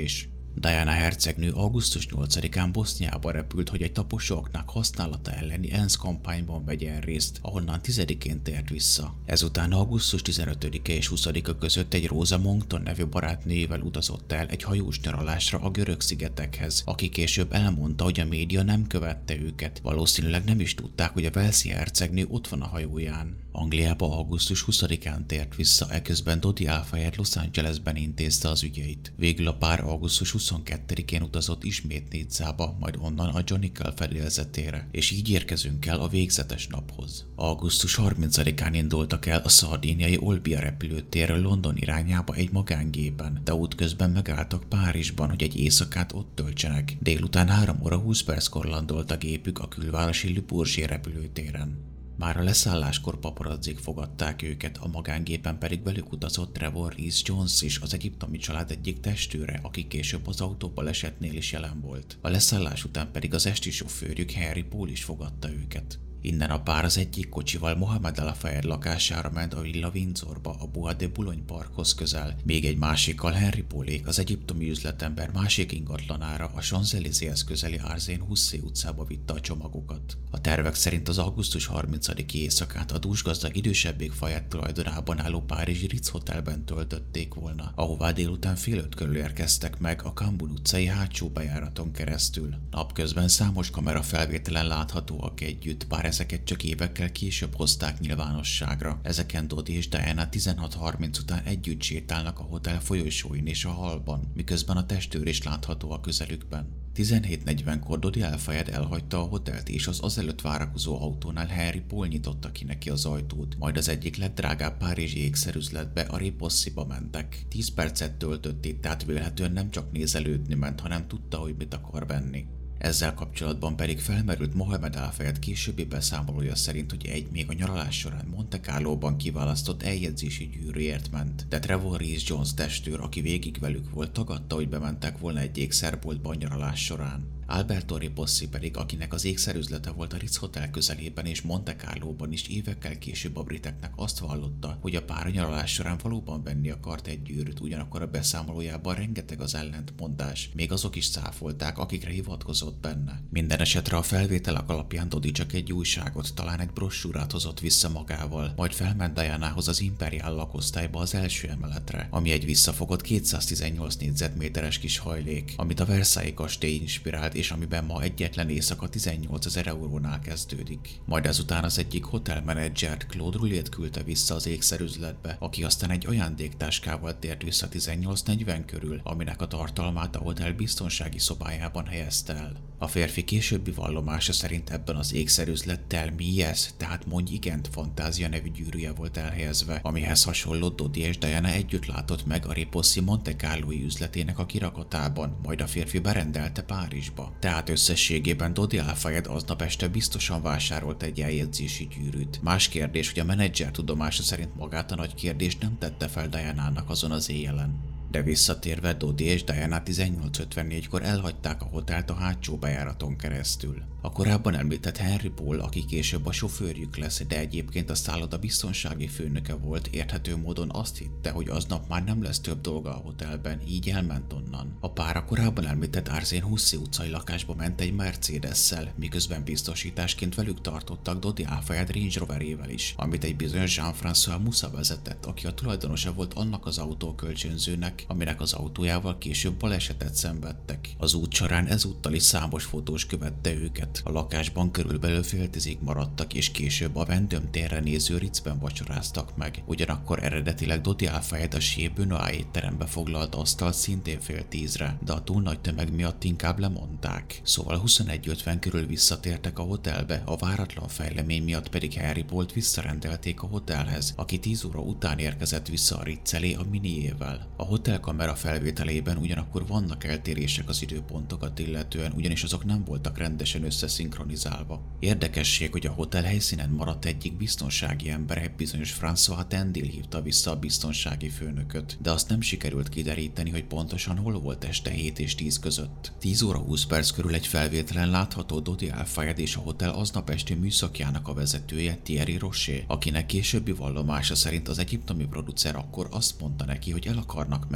Diana hercegnő augusztus nyolcadikán Boszniába repült, hogy egy taposóaknak használata elleni ENSZ kampányban vegyen részt, ahonnan tizedikén tért vissza. Ezután augusztus tizenötödike és huszadika között egy Rosa Monckton nevű barátnőjével utazott el egy hajós nyaralásra a görög szigetekhez, aki később elmondta, hogy a média nem követte őket, valószínűleg nem is tudták, hogy a walesi hercegnő ott van a hajóján. Angliába augusztus huszadikán tért vissza, eközben Dodi Al-Fayed Los Angelesben intézte az ügyeit. Végül a pár augusztus huszonkettedikén utazott ismét Nizzába, majd onnan a Johnny Kell fedélzetére, és így érkezünk el a végzetes naphoz. augusztus harmincadikán indultak el a szardíniai Olbia repülőtérről London irányába egy magángépen, de útközben megálltak Párizsban, hogy egy éjszakát ott töltsenek. Délután három óra húsz perckor landolt a gépük a külvárosi Le Bourget repülőtéren. Már a leszálláskor paparazzik fogadták őket, a magángépen pedig velük utazott Trevor Rees-Jones is, az egyiptomi család egyik testőre, aki később az autóbalesetnél is jelen volt. A leszállás után pedig az esti sofőrjük Henry Paul is fogadta őket. Innen a pár az egyik kocsival Mohamed Al-Fayed lakására ment a Villa Windsorba, a Bois de Boulogne parkhoz közel, még egy másikkal Henry Paulék, az egyiptomi üzletember másik ingatlanára, a Champs-Élysées közeli Arzén Hussé utcába vitte a csomagokat. A tervek szerint az augusztus harmincadiki éjszakát a dúsgazdag idősebbik Fayed tulajdonában álló párizsi Ritz Hotelben töltötték volna, ahová délután fél öt körül érkeztek meg a Cambon utcai hátsó bejáraton keresztül. Napközben számos kamera felvételen láthatóak együtt, bár ezeket csak évekkel később hozták nyilvánosságra. Ezeken Dodi és Diana tizenhat harminc után együtt sétálnak a hotel folyosóin és a hallban, miközben a testőr is látható a közelükben. tizenhét negyvenkor Dodi Al-Fayed elhagyta a hotelt, és az azelőtt várakozó autónál Henry Paul nyitotta ki neki az ajtót, majd az egyik legdrágább párizsi ékszerüzletbe, a Repossiba mentek. Tíz percet töltött itt, tehát vélhetően nem csak nézelődni ment, hanem tudta, hogy mit akar venni. Ezzel kapcsolatban pedig felmerült Mohamed Al-Fayed későbbi beszámolója szerint, hogy egy még a nyaralás során Monte Carlóban kiválasztott eljegyzési gyűrűért ment, de Trevor Rees-Jones testőr, aki végig velük volt, tagadta, hogy bementek volna egy ékszerboltba a nyaralás során. Alberto Repossi pedig, akinek az ékszerüzlete volt a Ritz Hotel közelében és Monte Carlóban is, évekkel később a briteknek azt vallotta, hogy a pár a nyaralás során valóban venni akart egy gyűrűt, ugyanakkor a beszámolójában rengeteg az ellentmondás, még azok is cáfolták, akikre hivatkozott benne. Minden esetre a felvételek alapján Dodi csak egy újságot, talán egy brossúrát hozott vissza magával, majd felment Dianához az Imperial lakosztályba az első emeletre, ami egy visszafogott kétszáztizennyolc négyzetméteres kis hajlék, amit a Versailles kastély inspirált, és amiben ma egyetlen éjszaka tizennyolcezer eurónál kezdődik. Majd ezután az egyik hotelmenedzsert, Claude Rouliet küldte vissza az ékszerüzletbe, aki aztán egy ajándéktáskával tért vissza tizennyolc negyven körül, aminek a tartalmát a hotel biztonsági szobájában helyezte el. A férfi későbbi vallomása szerint ebben az ékszerüzlettel mi yes, tehát mondj igent fantázia nevű gyűrűje volt elhelyezve, amihez hasonló Dodi és Diana együtt látott meg a Repossi Monte Carlói üzletének a kirakatában, majd a férfi berendelte Párizsba. Tehát összességében Dodi Al-Fayed aznap este biztosan vásárolt egy eljegyzési gyűrűt. Más kérdés, hogy a menedzser tudomása szerint magát a nagy kérdést nem tette fel Dianának azon az éjjelen. De visszatérve, Dodi és Diana tizennyolc ötvennégykor elhagyták a hotelt a hátsó bejáraton keresztül. A korábban említett Henry Paul, aki később a sofőrjük lesz, de egyébként a szálloda biztonsági főnöke volt, érthető módon azt hitte, hogy aznap már nem lesz több dolga a hotelben, így elment onnan. A pár a korábban említett Arzén Hussé utcai lakásba ment egy Mercedes-szel, miközben biztosításként velük tartottak Dodi Al-Fayed Range Roverével is, amit egy bizonyos Jean-François Moussa vezetett, aki a tulajdonosa volt annak az autókölcsönzőnek, aminek az autójával később balesetet szenvedtek. Az út során ezúttal is számos fotós követte őket. A lakásban körülbelül fél tízig maradtak, és később a Vendôme térre néző Ritzben vacsoráztak meg. Ugyanakkor eredetileg Dodi Al-Fayed a Chez Benoît étterembe foglalt asztalt szintén fél tízre, de a túl nagy tömeg miatt inkább lemondták. Szóval huszonegy ötven körül visszatértek a hotelbe, a váratlan fejlemény miatt pedig Henry Pault visszarendelték a hotelhez, aki tíz óra után érkezett vissza a Ritz elé a miniével. A hotelkamera felvételében ugyanakkor vannak eltérések az időpontokat illetően, ugyanis azok nem voltak rendesen összeszinkronizálva. Érdekesség, hogy a hotel helyszínen maradt egyik biztonsági ember, egy bizonyos François Tendil hívta vissza a biztonsági főnököt, de azt nem sikerült kideríteni, hogy pontosan hol volt este hét és tíz között. tíz óra húsz perc körül egy felvételen látható Dodi Al-Fayed és a hotel aznap esti műszakjának a vezetője, Thierry Rocher, akinek későbbi vallomása szerint az egyiptomi producer akkor azt mondta neki, hogy el akarnak menni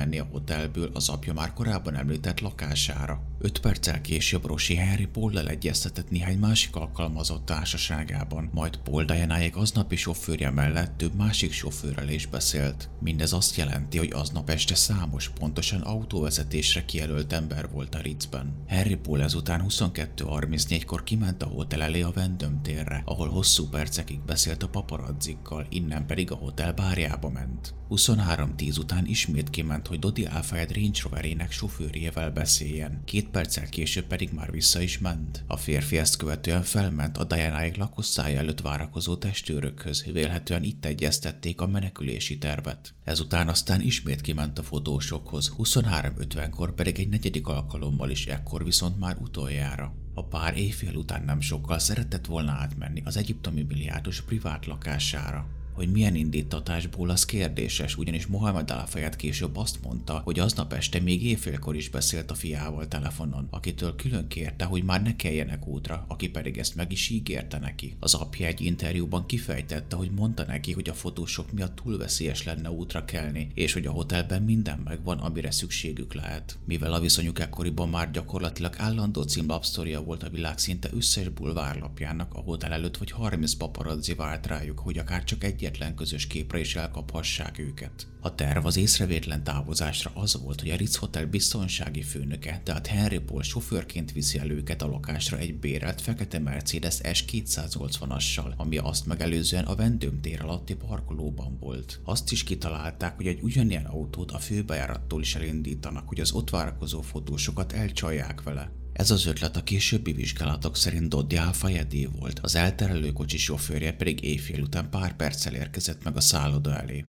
menni a hotelből az apja már korábban említett lakására. Öt perccel később Rosie Henry Paullal egyeztetett néhány másik alkalmazott társaságában, majd Paul Dianáék aznapi sofőrje mellett több másik sofőrrel is beszélt. Mindez azt jelenti, hogy aznap este számos, pontosan autóvezetésre kijelölt ember volt a Ritzben. Henry Paul ezután huszonkettő harmincnégykor kiment a hotel elé a Vendôme térre, ahol hosszú percekig beszélt a paparazzikkal, innen pedig a hotel bárjába ment. huszonhárom tíz után ismét kiment, hogy Dodi Al-Fayed Range Roverének sofőrjével beszéljen, két perccel később pedig már vissza is ment. A férfi ezt követően felment a Dianáék lakosztálya előtt várakozó testőrökhöz, vélhetően itt egyeztették a menekülési tervet. Ezután aztán ismét kiment a fotósokhoz, huszonhárom ötvenkor pedig egy negyedik alkalommal is, ekkor viszont már utoljára. A pár éjfél után nem sokkal szeretett volna átmenni az egyiptomi milliárdos privát lakására. Hogy milyen indítatásból, az kérdéses, ugyanis Mohamed Al-Fayed később azt mondta, hogy aznap este még éjfélkor is beszélt a fiával telefonon, akitől külön kérte, hogy már ne keljenek útra, aki pedig ezt meg is ígérte neki. Az apja egy interjúban kifejtette, hogy mondta neki, hogy a fotósok miatt túl veszélyes lenne útra kelni, és hogy a hotelben minden megvan, amire szükségük lehet. Mivel a viszonyuk ekkoriban már gyakorlatilag állandó címlapsztoria volt a világ szinte összes bulvárlapjának, a hotel előtt vagy harminc paparazzi vált rájuk, hogy akár csak egy egyetlen közös képre is elkaphassák őket. A terv az észrevétlen távozásra az volt, hogy a Ritz Hotel biztonsági főnöke, tehát Henry Paul sofőrként viszi el őket a lakásra egy bérelt fekete Mercedes S kétszáznyolcvanassal, ami azt megelőzően a Vendôme tér alatti parkolóban volt. Azt is kitalálták, hogy egy ugyanilyen autót a főbejárattól is elindítanak, hogy az ott várakozó fotósokat elcsalják vele. Ez az ötlet a későbbi vizsgálatok szerint Dodi Al-Fayedé volt, az elterelő kocsi sofőrje pedig éjfél után pár perccel érkezett meg a szálloda elé.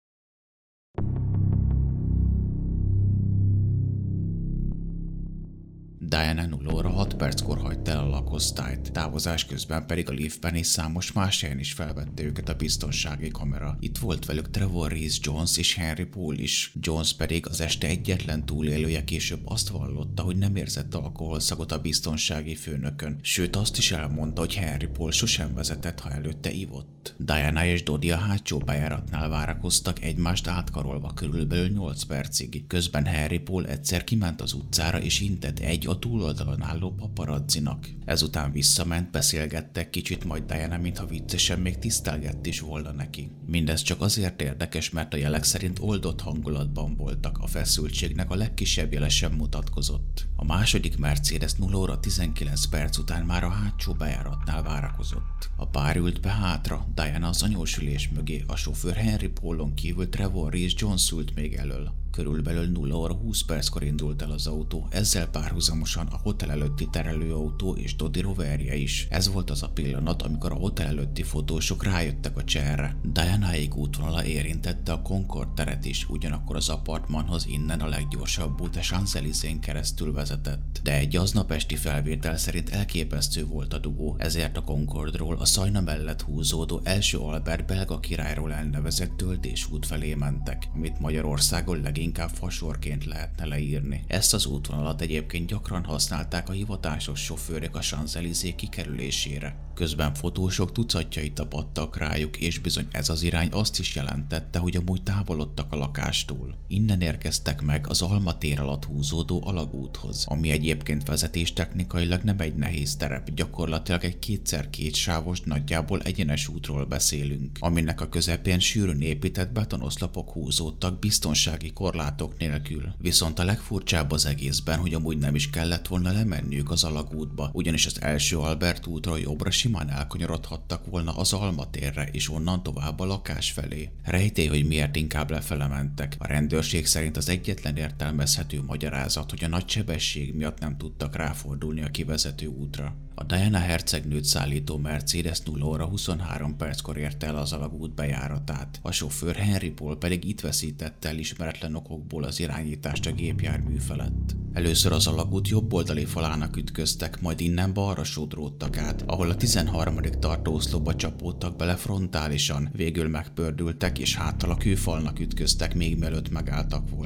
Diana nulla óra hat perckor hagyta el a lakosztályt, távozás közben pedig a liftben és számos más helyen is felvette őket a biztonsági kamera. Itt volt velük Trevor Rees-Jones és Henry Paul is. Jones pedig az este egyetlen túlélője később azt vallotta, hogy nem érzett alkoholszagot a biztonsági főnökön, sőt azt is elmondta, hogy Henry Paul sosem vezetett, ha előtte ivott. Diana és Dodi a hátsó bejáratnál várakoztak, egymást átkarolva körülbelül nyolc percig. Közben Henry Paul egyszer kiment az utcára és intett egy a túloldalon álló paparazzinak. Ezután visszament, beszélgettek kicsit, majd Diana mintha viccesen még tisztelgett is volna neki. Mindez csak azért érdekes, mert a jelek szerint oldott hangulatban voltak, a feszültségnek a legkisebb jele sem mutatkozott. A második Mercedes nulla óra tizenkilenc perc után már a hátsó bejáratnál várakozott. A pár ült be hátra, Diana az anyósülés mögé, a sofőr Henry Paulon kívül Trevor Rees-Jones ült még elől. Körülbelül nulla óra húsz perckor indult el az autó, ezzel párhuzamosan a hotel előtti terelőautó és Dodi roverje is. Ez volt az a pillanat, amikor a hotel előtti fotósok rájöttek a cselre. Dianáék útvonala érintette a Concord teret is, ugyanakkor az apartmanhoz innen a leggyorsabb út a Champs-Élysées-n keresztül vezetett. De egy aznap esti felvétel szerint elképesztő volt a dugó, ezért a Concordról a Szajna mellett húzódó első Albert belga királyról elnevezett töltésút felé mentek, amit Magyarországon legény inkább fasorként lehetne leírni. Ezt az útvonalat egyébként gyakran használták a hivatásos sofőrök a Champs-Élysées kikerülésére. Közben fotósok tucatjai tapadtak rájuk, és bizony ez az irány azt is jelentette, hogy amúgy távolodtak a lakástól. Innen érkeztek meg az Alma tér alatt húzódó alagúthoz, ami egyébként vezetéstechnikailag nem egy nehéz terep, gyakorlatilag egy kétszer két sávos, nagyjából egyenes útról beszélünk, aminek a közepén sűrűn épített betonoszlopok húzódtak biztonsági korlátok nélkül. Viszont a legfurcsább az egészben, hogy amúgy nem is kellett volna lemenniük az alagútba, ugyanis az első Albert útról jobbra simán elkanyarodhattak volna az Alma térre, és onnan tovább a lakás felé. Rejtély, hogy miért inkább lefele mentek. A rendőrség szerint az egyetlen értelmezhető magyarázat, hogy a nagy sebesség miatt nem tudtak ráfordulni a kivezető útra. A Diana hercegnőt szállító Mercedes nulla óra huszonhárom perckor érte el az alagút bejáratát, a sofőr Henry Paul pedig itt veszítette el ismeretlen okokból az irányítást a gépjármű felett. Először az alagút jobb oldali falának ütköztek, majd innen balra sodródtak át, ahol a tizenharmadik tartóoszlopba csapódtak bele frontálisan, végül megpördültek és háttal a kőfalnak ütköztek, még mielőtt megálltak volna.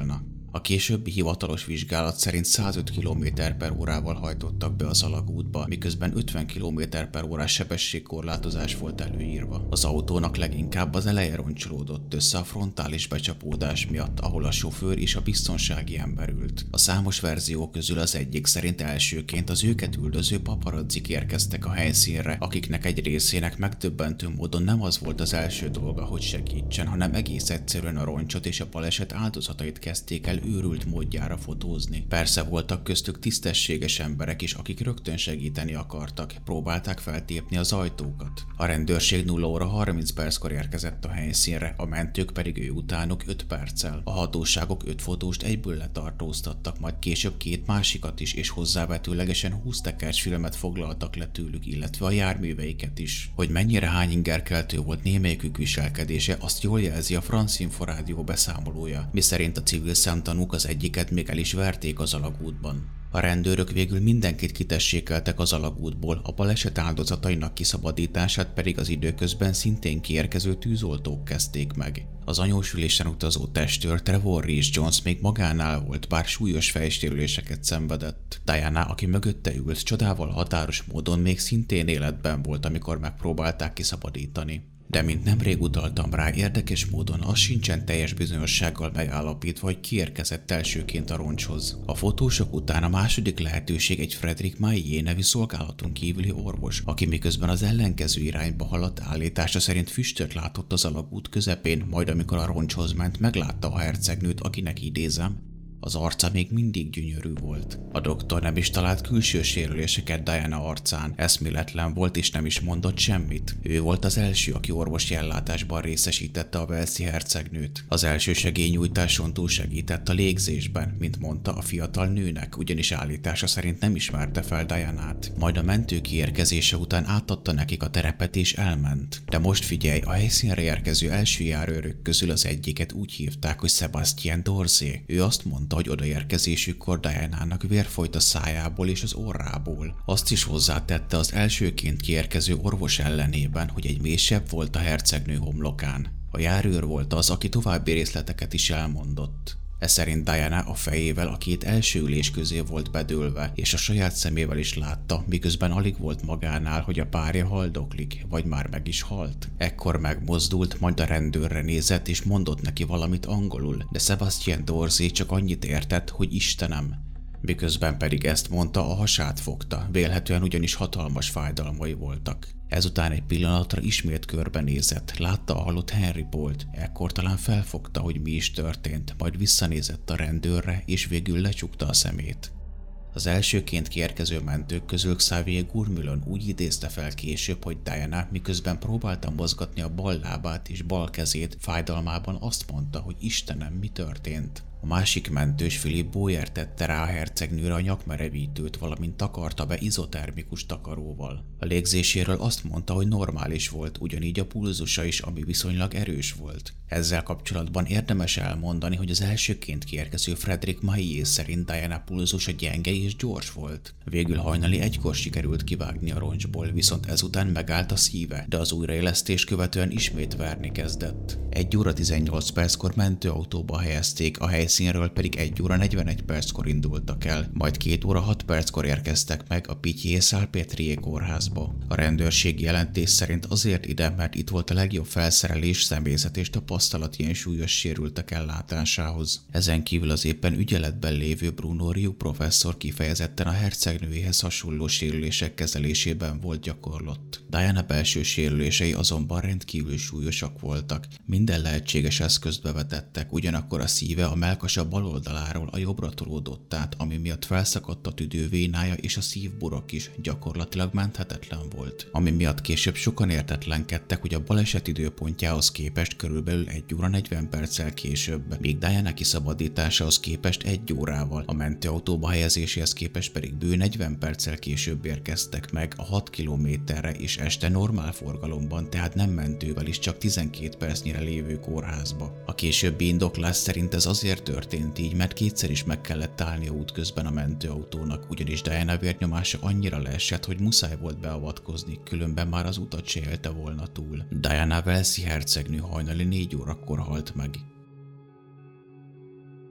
A későbbi hivatalos vizsgálat szerint százöt kilométer per órával hajtottak be az alagútba, miközben ötven kilométer per órás sebességkorlátozás volt előírva. Az autónak leginkább az eleje roncsolódott össze a frontális becsapódás miatt, ahol a sofőr és a biztonsági ember ült. A számos verzió közül az egyik szerint elsőként az őket üldöző paparazzik érkeztek a helyszínre, akiknek egy részének megdöbbentő módon nem az volt az első dolga, hogy segítsen, hanem egész egyszerűen a roncsot és a baleset áldozatait kezdték el őrült módjára fotózni. Persze voltak köztük tisztességes emberek is, akik rögtön segíteni akartak, próbálták feltépni az ajtókat. A rendőrség nulla óra harminc perckor érkezett a helyszínre, a mentők pedig ő utánuk öt perccel. A hatóságok öt fotóst egyből letartóztattak, majd később két másikat is, és hozzávetőlegesen húsz tekercs filmet foglaltak le tőlük, illetve a járműveiket is. Hogy mennyire hányingerkeltő volt némelyikük viselkedése, azt jól jelzi a France Info Rádió beszámolója, miszerint a civil szemtanúk az egyiket még el is verték az alagútban. A rendőrök végül mindenkit kitessékeltek az alagútból, a baleset áldozatainak kiszabadítását pedig az időközben szintén kiérkező tűzoltók kezdték meg. Az anyósülésen utazó testőr Trevor Rhys-Jones még magánál volt, bár súlyos fejsérüléseket szenvedett. Diana, aki mögötte ült, csodával határos módon még szintén életben volt, amikor megpróbálták kiszabadítani. De mint nemrég utaltam rá, érdekes módon az sincsen teljes bizonyossággal megállapítva, hogy ki érkezett elsőként a roncshoz. A fotósok után a második lehetőség egy Frederick Maillet nevű szolgálaton kívüli orvos, aki miközben az ellenkező irányba haladt, állítása szerint füstöt látott az alagút közepén, majd amikor a roncshoz ment, meglátta a hercegnőt, akinek idézem, az arca még mindig gyönyörű volt. A doktor nem is talált külső sérüléseket Diana arcán, eszméletlen volt és nem is mondott semmit. Ő volt az első, aki orvosi ellátásban részesítette a walesi hercegnőt. Az első segélynyújtáson túl segített a légzésben, mint mondta a fiatal nőnek, ugyanis állítása szerint nem ismerte fel Dianát. Majd a mentő kiérkezése után átadta nekik a terepet és elment. De most figyelj, a helyszínre érkező első járőrök közül az egyiket úgy hívták, hogy Sébastien Dorzé. Ő azt mondta, hogy odaérkezésükkor Dianának vér folyt a szájából és az orrából. Azt is hozzátette az elsőként kiérkező orvos ellenében, hogy egy mélysebb volt a hercegnő homlokán. A járőr volt az, aki további részleteket is elmondott. Ez szerint Diana a fejével a két első ülés közé volt bedőlve, és a saját szemével is látta, miközben alig volt magánál, hogy a párja haldoklik, vagy már meg is halt. Ekkor megmozdult, majd a rendőrre nézett, és mondott neki valamit angolul, de Sébastien Dorzé csak annyit értett, hogy Istenem. Miközben pedig ezt mondta, a hasát fogta, vélhetően ugyanis hatalmas fájdalmai voltak. Ezután egy pillanatra ismét körbenézett, látta a halott Henry Pault, ekkor talán felfogta, hogy mi is történt, majd visszanézett a rendőrre, és végül lecsukta a szemét. Az elsőként kiérkező mentők közül Xavier Gourmillon úgy idézte fel később, hogy Diana miközben próbálta mozgatni a bal lábát és bal kezét, fájdalmában azt mondta, hogy Istenem, mi történt. A másik mentős Philip Boyer tette rá a hercegnőre a nyakmerevítőt, valamint takarta be izotermikus takaróval. A légzéséről azt mondta, hogy normális volt, ugyanígy a pulzusa is, ami viszonylag erős volt. Ezzel kapcsolatban érdemes elmondani, hogy az elsőként kiérkező Frederick Maillet szerint Diana pulzusa gyenge és gyors volt. Végül hajnali egykor sikerült kivágni a roncsból, viszont ezután megállt a szíve, de az újraélesztés követően ismét verni kezdett. egy óra tizennyolc perckor mentőautóba helyezték, a helyszínről pedig egy óra negyvenegy perckor indultak el, majd két óra hat perckor érkeztek meg a Pitié-Salpêtrière kórházba. A rendőrség jelentés szerint azért ide, mert itt volt a legjobb felszerelés, személyzet és tapasztalat ilyen súlyos sérültek ellátásához. Ezen kívül az éppen ügyeletben lévő Bruno Rioux professzor kifejezetten a hercegnőjéhez hasonló sérülések kezelésében volt gyakorlott. Diana belső sérülései azonban rendkívül súlyosak voltak, minden lehetséges eszközt bevetettek, ugyanakkor a szíve a melkasa bal oldaláról a jobbra tolódott át, ami miatt felszakadt a tüdővénája és a szívburok is, gyakorlatilag menthetetlen volt. Ami miatt később sokan értetlenkedtek, hogy a baleset időpontjához képest körülbelül egy óra negyven perccel később, míg Diana kiszabadításához képest egy órával, a mentőautóba helyezéséhez képest pedig bő negyven perccel később érkeztek meg a hat kilométerre és este normál forgalomban, tehát nem mentővel is csak tizenkét percnyire lévő kórházba. A későbbi indoklás szerint ez azért történt így, mert kétszer is meg kellett állnia útközben a mentőautónak, ugyanis Diana vérnyomása annyira leesett, hogy muszáj volt beavatkozni, különben már az utat se élte volna túl. Diana walesi hercegnő hajnali négy órakor halt meg.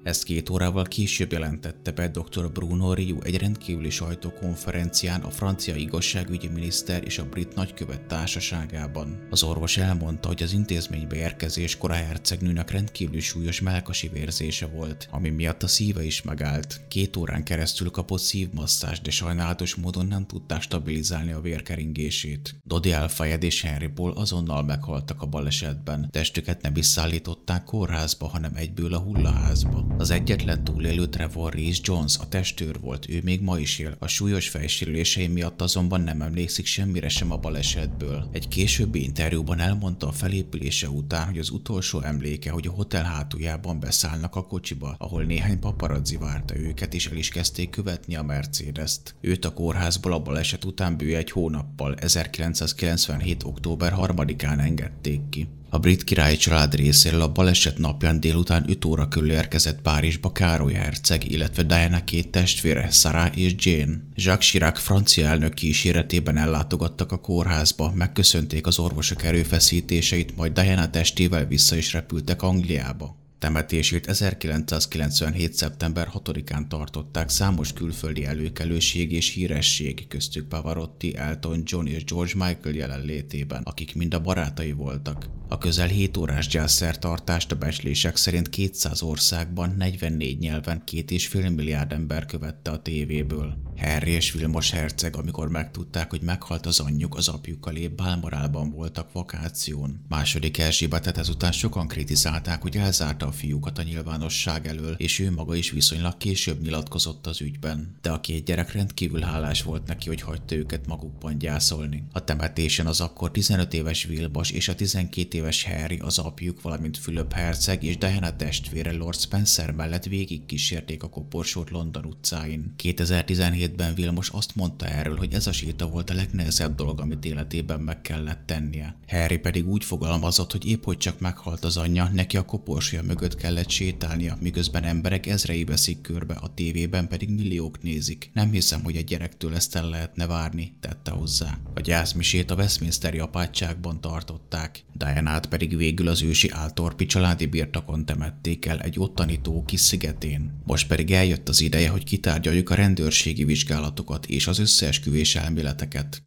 Ezt két órával később jelentette be doktor Bruno Rioux egy rendkívüli sajtókonferencián a francia igazságügyi miniszter és a brit nagykövet társaságában. Az orvos elmondta, hogy az intézménybe érkezéskor a hercegnőnek rendkívül súlyos mellkasi vérzése volt, ami miatt a szíve is megállt. Két órán keresztül kapott szívmasszást, de sajnálatos módon nem tudták stabilizálni a vérkeringését. Dodi Al-Fayed és Henry Paul azonnal meghaltak a balesetben. Testüket nem is szállították kórházba, hanem egyből a hullaházba. Az egyetlen túlélő Trevor Rees Jones a testőr volt, ő még ma is él. A súlyos fejsérülései miatt azonban nem emlékszik semmire sem a balesetből. Egy későbbi interjúban elmondta a felépülése után, hogy az utolsó emléke, hogy a hotel hátuljában beszállnak a kocsiba, ahol néhány paparazzi várta őket, és el is kezdték követni a Mercedes-t. Őt a kórházból a baleset után bő egy hónappal, ezerkilencszázkilencvenhét. október harmadikán engedték ki. A brit királyi család részéről a baleset napján délután öt óra körül érkezett Párizsba Károly herceg, illetve Diana két testvére, Sarah és Jane. Jacques Chirac francia elnök kíséretében ellátogattak a kórházba, megköszönték az orvosok erőfeszítéseit, majd Diana testével vissza is repültek Angliába. Temetését ezerkilencszázkilencvenhét. szeptember hatodikán tartották számos külföldi előkelőség és híresség, köztük Pavarotti, Elton John és George Michael jelenlétében, akik mind a barátai voltak. A közel hét órás gyászszertartást a becslések szerint kétszáz országban, negyvennégy nyelven két és fél milliárd ember követte a tévéből. Harry és Vilmos herceg, amikor megtudták, hogy meghalt az anyjuk, az apjukkal épp Balmoralban voltak vakáción. Második Erzsébetet ezután sokan kritizálták, hogy elzárta a fiúkat a nyilvánosság elől, és ő maga is viszonylag később nyilatkozott az ügyben. De a két gyerek rendkívül hálás volt neki, hogy hagyta őket magukban gyászolni. A temetésen az akkor tizenöt éves Vilmos és a tizenkét éves Harry, az apjuk, valamint Fülöp herceg és Diana testvére Lord Spencer mellett végig kísérték a koporsót London utcáin. kétezer-tizenhétben Vilmos azt mondta erről, hogy ez a séta volt a legnehezebb dolog, amit életében meg kellett tennie. Harry pedig úgy fogalmazott, hogy épp hogy csak meghalt az anyja, neki a koporsója mögött kellett sétálnia, miközben emberek ezrei veszik körbe, a tévében pedig milliók nézik. Nem hiszem, hogy egy gyerektől ezt el lehetne várni, tette hozzá. A gyászmisét a Westminsteri apátságban tartották, Dianát pedig végül az ősi Althorpe családi birtokon temették el egy ottani tó kis szigetén. Most pedig eljött az ideje, hogy kitárgyaljuk a rendőrségi vizsgálatokat és az összeesküvés elméleteket.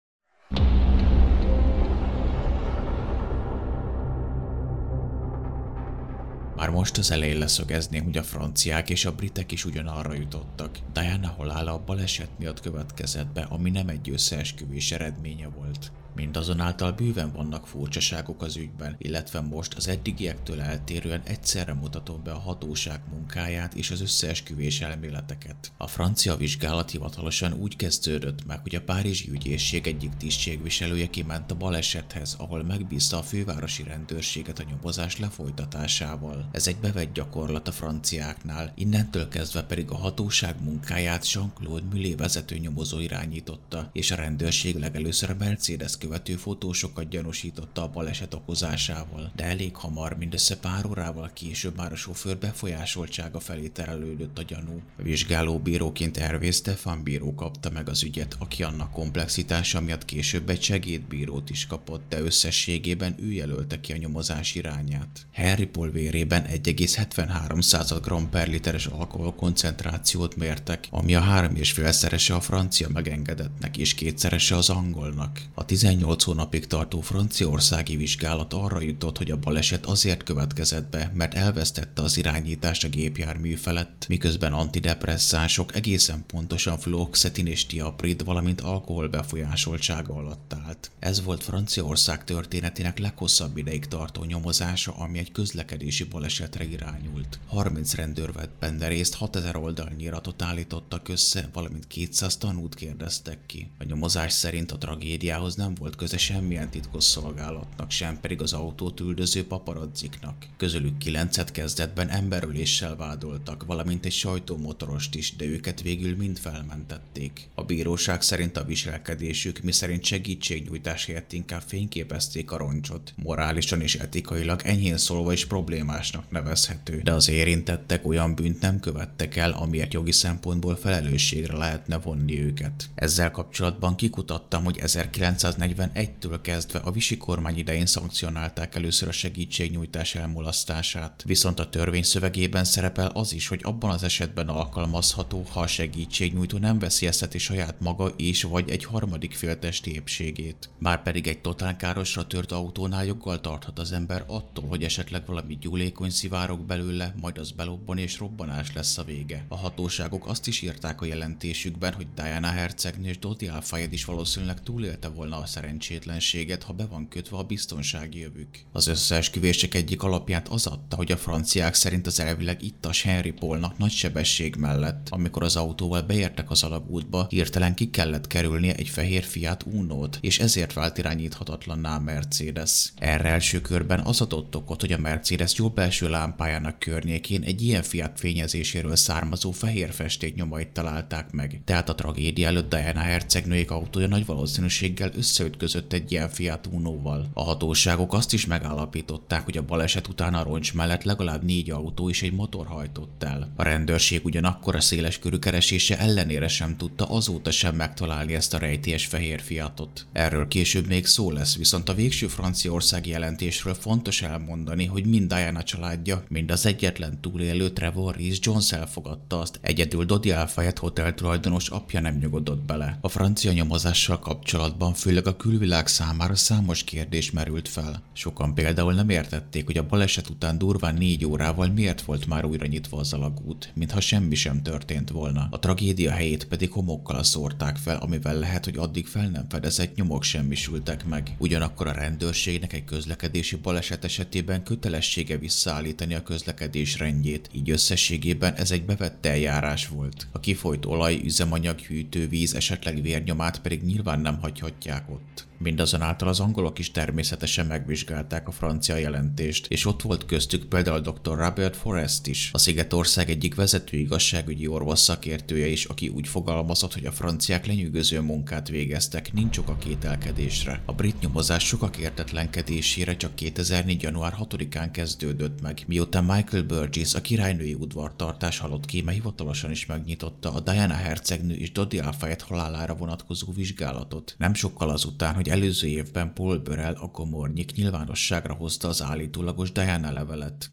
Már most az elején leszögezném, hogy a franciák és a britek is ugyanarra jutottak. Diana halála a baleset miatt következett be, ami nem egy összeesküvés eredménye volt. Mindazonáltal bőven vannak furcsaságok az ügyben, illetve most az eddigiektől eltérően egyszerre mutatom be a hatóság munkáját és az összeesküvés elméleteket. A francia vizsgálat hivatalosan úgy kezdődött meg, hogy a párizsi ügyészség egyik tisztségviselője kiment a balesethez, ahol megbízta a fővárosi rendőrséget a nyomozás lefolytatásával. Ez egy bevett gyakorlat a franciáknál, innentől kezdve pedig a hatóság munkáját Jean-Claude Mulé vezető nyomozó irányította, és a rendőrség legelőször a Mercedes követő fotósokat gyanúsította a baleset okozásával, de elég hamar, mindössze pár órával később már a sofőr befolyásoltsága felé terelődött a gyanú. A vizsgálóbíróként Hervé Stefan bíró kapta meg az ügyet, aki annak komplexitása miatt később egy segédbírót is kapott, de összességében ő jelölte ki a nyomozás irányát. Henry Paul vérében egy egész hetvenhárom gramm per literes alkoholkoncentrációt mértek, ami a három és félszerese a francia megengedettnek és kétszerese az angolnak. A tizennyolc hónapig tartó franciaországi vizsgálat arra jutott, hogy a baleset azért következett be, mert elvesztette az irányítást a gépjármű felett, miközben antidepresszánsok, egészen pontosan fluoxetin és tiaprid, valamint alkohol befolyásoltsága alatt állt. Ez volt Franciaország történetének leghosszabb ideig tartó nyomozása, ami egy közlekedési balesetre irányult. harminc rendőr vett benne részt, hatezer oldalnyi iratot állítottak össze, valamint kétszáz tanút kérdeztek ki. A nyomozás szerint a tragédiához nem volt köze semmilyen titkosszolgálatnak, sem pedig az autót üldöző paparazziknak. Közülük kilencet kezdetben emberöléssel vádoltak, valamint egy sajtómotorost is, de őket végül mind felmentették. A bíróság szerint a viselkedésük, miszerint segítségnyújtás helyett inkább fényképezték a roncsot, morálisan és etikailag enyhén szólva is problémásnak nevezhető, de az érintettek olyan bűnt nem követtek el, amiért jogi szempontból felelősségre lehetne vonni őket. Ezzel kapcsolatban kikutattam, hogy ezerkilencszáznegyvenkilencben ezerkilencszáznegyvenegytől kezdve a Vichy kormány idején szankcionálták először a segítségnyújtás elmulasztását. Viszont a törvény szövegében szerepel az is, hogy abban az esetben alkalmazható, ha a segítségnyújtó nem veszélyezteti saját maga és vagy egy harmadik fél testi épségét. Márpedig egy totál károsra tört autónál joggal tarthat az ember attól, hogy esetleg valami gyúlékony szivárog belőle, majd az belobban és robbanás lesz a vége. A hatóságok azt is írták a jelentésükben, hogy Diana hercegnő és Dodi Al-Fayed is valószínűleg túlélte volna a szerencsétlenséget, ha be van kötve a biztonsági jövük. Az összeesküvések egyik alapját az adta, hogy a franciák szerint az elvileg ittas Henry Paulnak nagy sebesség mellett, amikor az autóval beértek az alagútba, hirtelen ki kellett kerülnie egy fehér Fiat Unót, és ezért vált irányíthatatlanná a Mercedes. Erre első körben az adott okot, hogy a Mercedes jobb belső lámpájának környékén egy ilyen Fiat fényezéséről származó fehér festék nyomait találták meg. Tehát a tragédia előtt Diana hercegnőjék autója nagy valószínűséggel összeütközött egy ilyen Fiat Unóval. A hatóságok azt is megállapították, hogy a baleset után a roncs mellett legalább négy autó és egy motor hajtott el. A rendőrség ugyanakkor a széleskörű keresése ellenére sem tudta azóta sem megtalálni ezt a rejtélyes fehér Fiatot. Erről később még szó lesz, viszont a végső franciaországi jelentésről fontos elmondani, hogy mind Diana családja, mind az egyetlen túlélő Trevor Rhys-Jones elfogadta azt, egyedül Dodi Al-Fayed hotel tulajdonos apja nem nyugodott bele. A francia nyomozással kapcsolatban főleg a külvilág számára számos kérdés merült fel. Sokan például nem értették, hogy a baleset után durván négy órával miért volt már újra nyitva az alagút, mintha semmi sem történt volna. A tragédia helyét pedig homokkal szórták fel, amivel lehet, hogy addig fel nem fedezett nyomok semmisültek meg. Ugyanakkor a rendőrségnek egy közlekedési baleset esetében kötelessége visszaállítani a közlekedés rendjét, így összességében ez egy bevett eljárás volt. A kifolyt olaj, üzemanyag, hűtővíz, esetleg vérnyomát pedig nyilván nem hagyhatják ott. Mindazonáltal az angolok is természetesen megvizsgálták a francia jelentést, és ott volt köztük például doktor Robert Forrest is, a Szigetország egyik vezető igazságügyi orvos szakértője is, aki úgy fogalmazott, hogy a franciák lenyűgöző munkát végeztek, nincs ok a kételkedésre. A brit nyomozás sokak értetlenkedésére csak kétezer-négy január hatodikán kezdődött meg, miután Michael Burgess, a királynői udvartartás halott kéme hivatalosan is megnyitotta a Diana hercegnő és Dodi Al-Fayed halálára vonatkozó vizsgálatot. Nem sokkal azután, hogy előző évben Paul Burrell, a gomornyik nyilvánosságra hozta az állítólagos Diana levelet.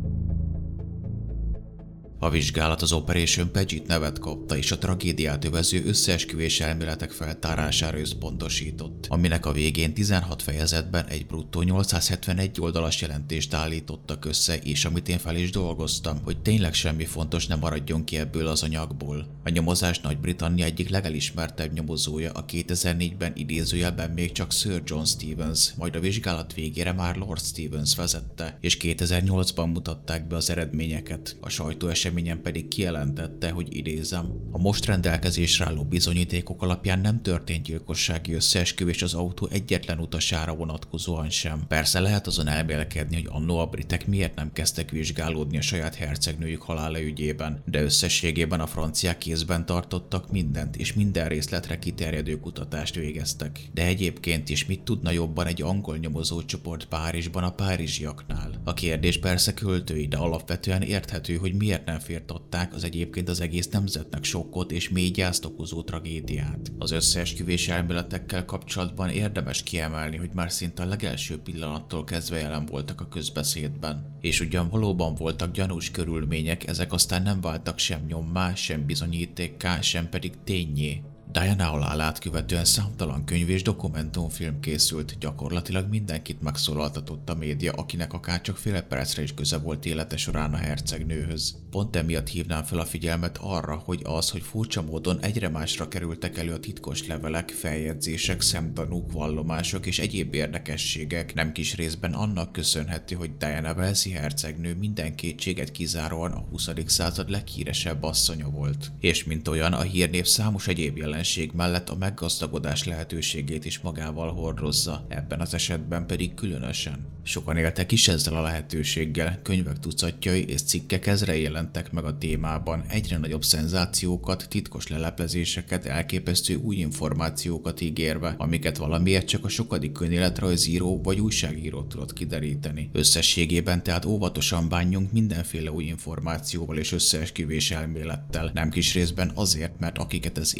A vizsgálat az Operation Paget nevet kapta, és a tragédiát övező összeesküvés elméletek feltárására összpontosított, aminek a végén tizenhat fejezetben egy bruttó nyolcszázhetvenegy oldalas jelentést állítottak össze, és amit én fel is dolgoztam, hogy tényleg semmi fontos nem maradjon ki ebből az anyagból. A nyomozás Nagy-Britannia egyik legelismertebb nyomozója, a kétezer-négyben idézőjelben még csak Sir John Stevens, majd a vizsgálat végére már Lord Stevens vezette, és kétezer-nyolcban mutatták be az eredményeket. A sajtó eseményen pedig kijelentette, hogy idézem, a most rendelkezésre álló bizonyítékok alapján nem történt gyilkossági összeesküvés az autó egyetlen utasára vonatkozóan sem. Persze lehet azon elmélkedni, hogy annó a britek miért nem kezdtek vizsgálódni a saját hercegnőjük halála ügyében, de összességében a franciák kézben tartottak mindent, és minden részletre kiterjedő kutatást végeztek. De egyébként is mit tudna jobban egy angol nyomozócsoport Párizsban a párizsiaknál? A kérdés persze költői, de alapvetően érthető, hogy miért nem firtatták az egyébként az egész nemzetnek sokkot és mély gyászt okozó tragédiát. Az összeesküvés elméletekkel kapcsolatban érdemes kiemelni, hogy már szinte a legelső pillanattól kezdve jelen voltak a közbeszédben. És ugyan valóban voltak gyanús körülmények, ezek aztán nem váltak sem nyommá, sem bizonyítékká, sem pedig ténnyé. Diana halálát követően számtalan könyv és dokumentumfilm készült, gyakorlatilag mindenkit megszólaltatott a média, akinek akár csak fél percre is köze volt élete során a hercegnőhöz. Pont emiatt hívnám fel a figyelmet arra, hogy az, hogy furcsa módon egyre másra kerültek elő a titkos levelek, feljegyzések, szemtanúk, vallomások és egyéb érdekességek, nem kis részben annak köszönhető, hogy Diana walesi hercegnő minden kétséget kizáróan a huszadik század leghíresebb asszonya volt. És mint olyan, a hírnév számos egyéb jelenség mellett a meggazdagodás lehetőségét is magával hordozza, ebben az esetben pedig különösen. Sokan éltek is ezzel a lehetőséggel, könyvek tucatjai és cikkek ezre jelentek meg a témában, egyre nagyobb szenzációkat, titkos leleplezéseket, elképesztő új információkat ígérve, amiket valamiért csak a sokadik önéletrajzíró vagy újságíró tudott kideríteni. Összességében tehát óvatosan bánjunk mindenféle új információval és összeesküvés elmélettel, nem kis részben azért, mert akiket ez érint, azok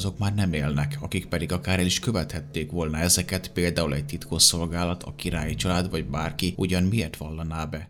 azok már nem élnek, akik pedig akár el is követhették volna ezeket, például egy titkosszolgálat, a királyi család vagy bárki, ugyan miért vallaná be?